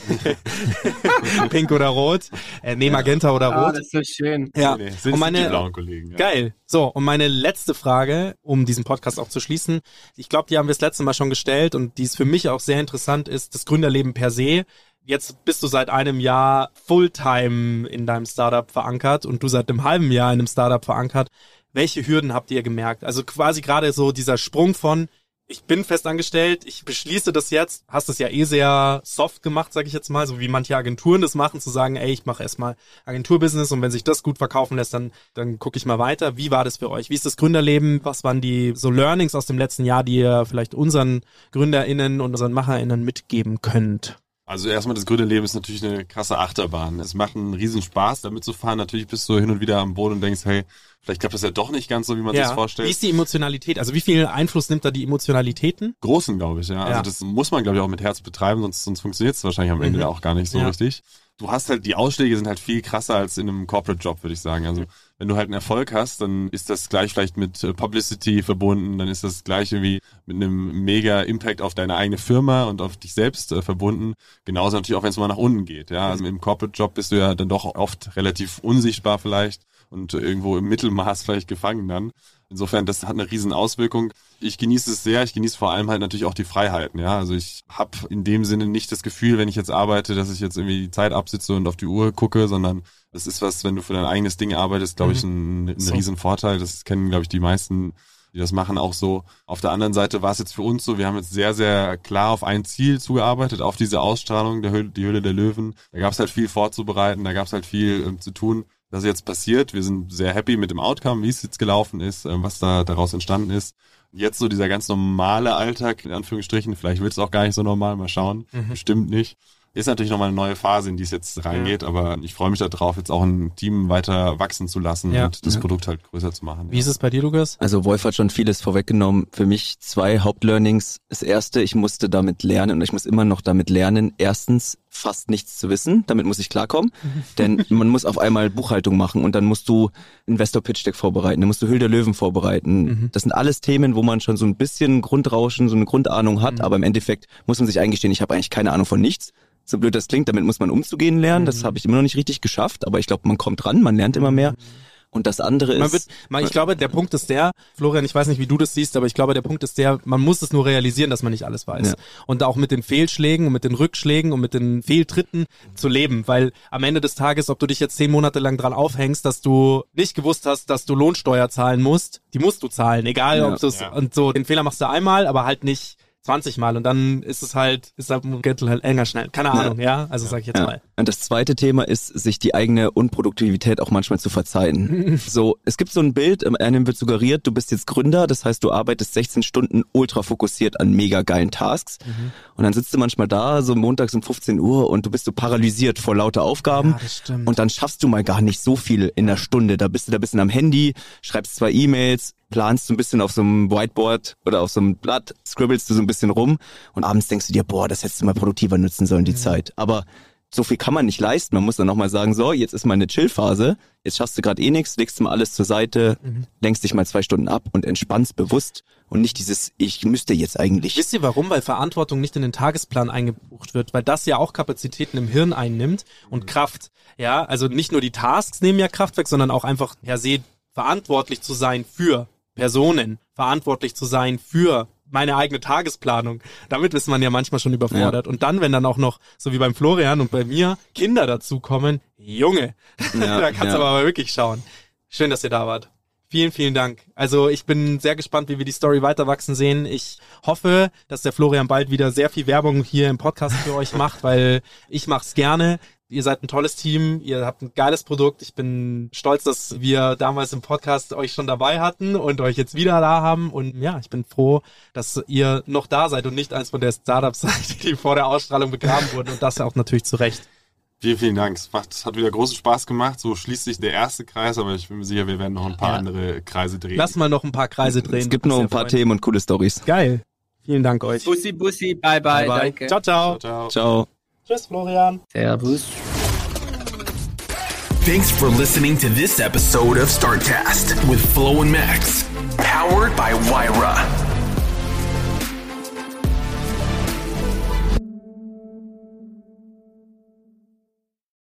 Pink oder Rot, Magenta oder Rot. Das ist so schön. Ja, sind und die blauen Kollegen. Ja. Geil. So, und meine letzte Frage, um diesen Podcast auch zu schließen, ich glaube, die haben wir das letzte Mal schon gestellt und die ist für mich auch sehr interessant, ist das Gründerleben per se. Jetzt bist du seit einem Jahr Fulltime in deinem Startup verankert und du seit einem halben Jahr in einem Startup verankert. Welche Hürden habt ihr gemerkt? Also quasi gerade so dieser Sprung von, ich bin festangestellt, ich beschließe das jetzt, hast das ja sehr soft gemacht, sage ich jetzt mal, so wie manche Agenturen das machen, zu sagen, ich mache erstmal Agenturbusiness und wenn sich das gut verkaufen lässt, dann gucke ich mal weiter. Wie war das für euch? Wie ist das Gründerleben? Was waren die so Learnings aus dem letzten Jahr, die ihr vielleicht unseren GründerInnen und unseren MacherInnen mitgeben könnt? Also erstmal, das Gründerleben ist natürlich eine krasse Achterbahn. Es macht einen riesen Spaß, damit zu fahren. Natürlich bist du hin und wieder am Boden und denkst, hey, vielleicht klappt das ja doch nicht ganz so, wie man sich das vorstellt. Wie ist die Emotionalität? Also wie viel Einfluss nimmt da die Emotionalitäten? Großen, glaube ich, ja. Also das muss man, glaube ich, auch mit Herz betreiben, sonst funktioniert es wahrscheinlich am Ende auch gar nicht so richtig. Du hast halt, die Ausschläge sind halt viel krasser als in einem Corporate-Job, würde ich sagen. Also wenn du halt einen Erfolg hast, dann ist das gleich vielleicht mit Publicity verbunden, dann ist das gleich irgendwie mit einem mega Impact auf deine eigene Firma und auf dich selbst verbunden. Genauso natürlich auch, wenn es mal nach unten geht. Ja, also im Corporate-Job bist du ja dann doch oft relativ unsichtbar vielleicht und irgendwo im Mittelmaß vielleicht gefangen dann. Insofern, das hat eine riesen Auswirkung. Ich genieße es sehr, ich genieße vor allem halt natürlich auch die Freiheiten, ja. Also ich habe in dem Sinne nicht das Gefühl, wenn ich jetzt arbeite, dass ich jetzt irgendwie die Zeit absitze und auf die Uhr gucke, sondern das ist was, wenn du für dein eigenes Ding arbeitest, glaube ich, ein riesen Vorteil. Das kennen, glaube ich, die meisten, die das machen, auch so. Auf der anderen Seite war es jetzt für uns so, wir haben jetzt sehr, sehr klar auf ein Ziel zugearbeitet, auf diese Ausstrahlung, die Höhle der Löwen. Da gab es halt viel vorzubereiten, da gab es halt viel zu tun. Das ist jetzt passiert. Wir sind sehr happy mit dem Outcome, wie es jetzt gelaufen ist, was da daraus entstanden ist. Jetzt so dieser ganz normale Alltag, in Anführungsstrichen, vielleicht wird es auch gar nicht so normal, mal schauen, bestimmt nicht. Ist natürlich nochmal eine neue Phase, in die es jetzt reingeht, aber ich freue mich darauf, jetzt auch ein Team weiter wachsen zu lassen und das Produkt halt größer zu machen. Wie ist es bei dir, Lukas? Also Wolf hat schon vieles vorweggenommen. Für mich 2 Hauptlearnings. Das erste, ich musste damit lernen und ich muss immer noch damit lernen. Erstens, fast nichts zu wissen, damit muss ich klarkommen, denn man muss auf einmal Buchhaltung machen und dann musst du Investor-Pitch-Deck vorbereiten, dann musst du Höhle der Löwen vorbereiten. Das sind alles Themen, wo man schon so ein bisschen Grundrauschen, so eine Grundahnung hat, aber im Endeffekt muss man sich eingestehen, ich habe eigentlich keine Ahnung von nichts. So blöd das klingt, damit muss man umzugehen lernen. Das habe ich immer noch nicht richtig geschafft, aber ich glaube, man kommt ran, man lernt immer mehr. Und das andere ist... ich glaube, der Punkt ist der, Florian, ich weiß nicht, wie du das siehst, aber ich glaube, der Punkt ist der, man muss es nur realisieren, dass man nicht alles weiß. Ja. Und auch mit den Fehlschlägen und mit den Rückschlägen und mit den Fehltritten zu leben, weil am Ende des Tages, ob du dich jetzt 10 Monate lang dran aufhängst, dass du nicht gewusst hast, dass du Lohnsteuer zahlen musst, die musst du zahlen, egal ob du es... Und so, den Fehler machst du einmal, aber halt nicht 20 Mal und dann ist es halt Gürtel halt enger schnell. Keine Ahnung, also sag ich jetzt mal. Und das zweite Thema ist, sich die eigene Unproduktivität auch manchmal zu verzeihen. So, es gibt so ein Bild, einem wird suggeriert, du bist jetzt Gründer, das heißt, du arbeitest 16 Stunden ultra fokussiert an mega geilen Tasks. Und dann sitzt du manchmal da, so montags um 15 Uhr und du bist so paralysiert vor lauter Aufgaben. Ja, das stimmt. Und dann schaffst du mal gar nicht so viel in einer Stunde. Da bist du da ein bisschen am Handy, schreibst 2 E-Mails, planst so ein bisschen auf so einem Whiteboard oder auf so einem Blatt, scribblest du so ein bisschen rum und abends denkst du dir, boah, das hättest du mal produktiver nutzen sollen, die Zeit. Aber so viel kann man nicht leisten. Man muss dann nochmal sagen, so, jetzt ist mal eine Chill-Phase, jetzt schaffst du gerade eh nichts, legst mal alles zur Seite, lenkst dich mal 2 Stunden ab und entspannst bewusst und nicht dieses, ich müsste jetzt eigentlich. Wisst ihr warum? Weil Verantwortung nicht in den Tagesplan eingebucht wird, weil das ja auch Kapazitäten im Hirn einnimmt und Kraft. Ja, also nicht nur die Tasks nehmen ja Kraft weg, sondern auch einfach per se verantwortlich zu sein für Personen, verantwortlich zu sein für meine eigene Tagesplanung. Damit ist man ja manchmal schon überfordert. Ja. Und dann, wenn dann auch noch, so wie beim Florian und bei mir, Kinder dazukommen, Junge, da kannst du aber wirklich schauen. Schön, dass ihr da wart. Vielen, vielen Dank. Also ich bin sehr gespannt, wie wir die Story weiter wachsen sehen. Ich hoffe, dass der Florian bald wieder sehr viel Werbung hier im Podcast für euch macht, weil ich mach's gerne. Ihr seid ein tolles Team, ihr habt ein geiles Produkt. Ich bin stolz, dass wir damals im Podcast euch schon dabei hatten und euch jetzt wieder da haben. Und ja, ich bin froh, dass ihr noch da seid und nicht eins von der Startups seid, die vor der Ausstrahlung begraben wurden. Und das auch natürlich zu Recht. Vielen, vielen Dank. Es hat wieder großen Spaß gemacht. So schließt sich der erste Kreis, aber ich bin mir sicher, wir werden noch ein paar andere Kreise drehen. Lass mal noch ein paar Kreise drehen. Es gibt noch ein paar Themen und coole Storys. Geil. Vielen Dank euch. Bussi, Bussi, bye, bye, danke. Ciao, ciao. Ciao. Ciao. Tschüss, Florian. Servus. Thanks for listening to this episode of Startcast with Flo and Max, powered by Wyra.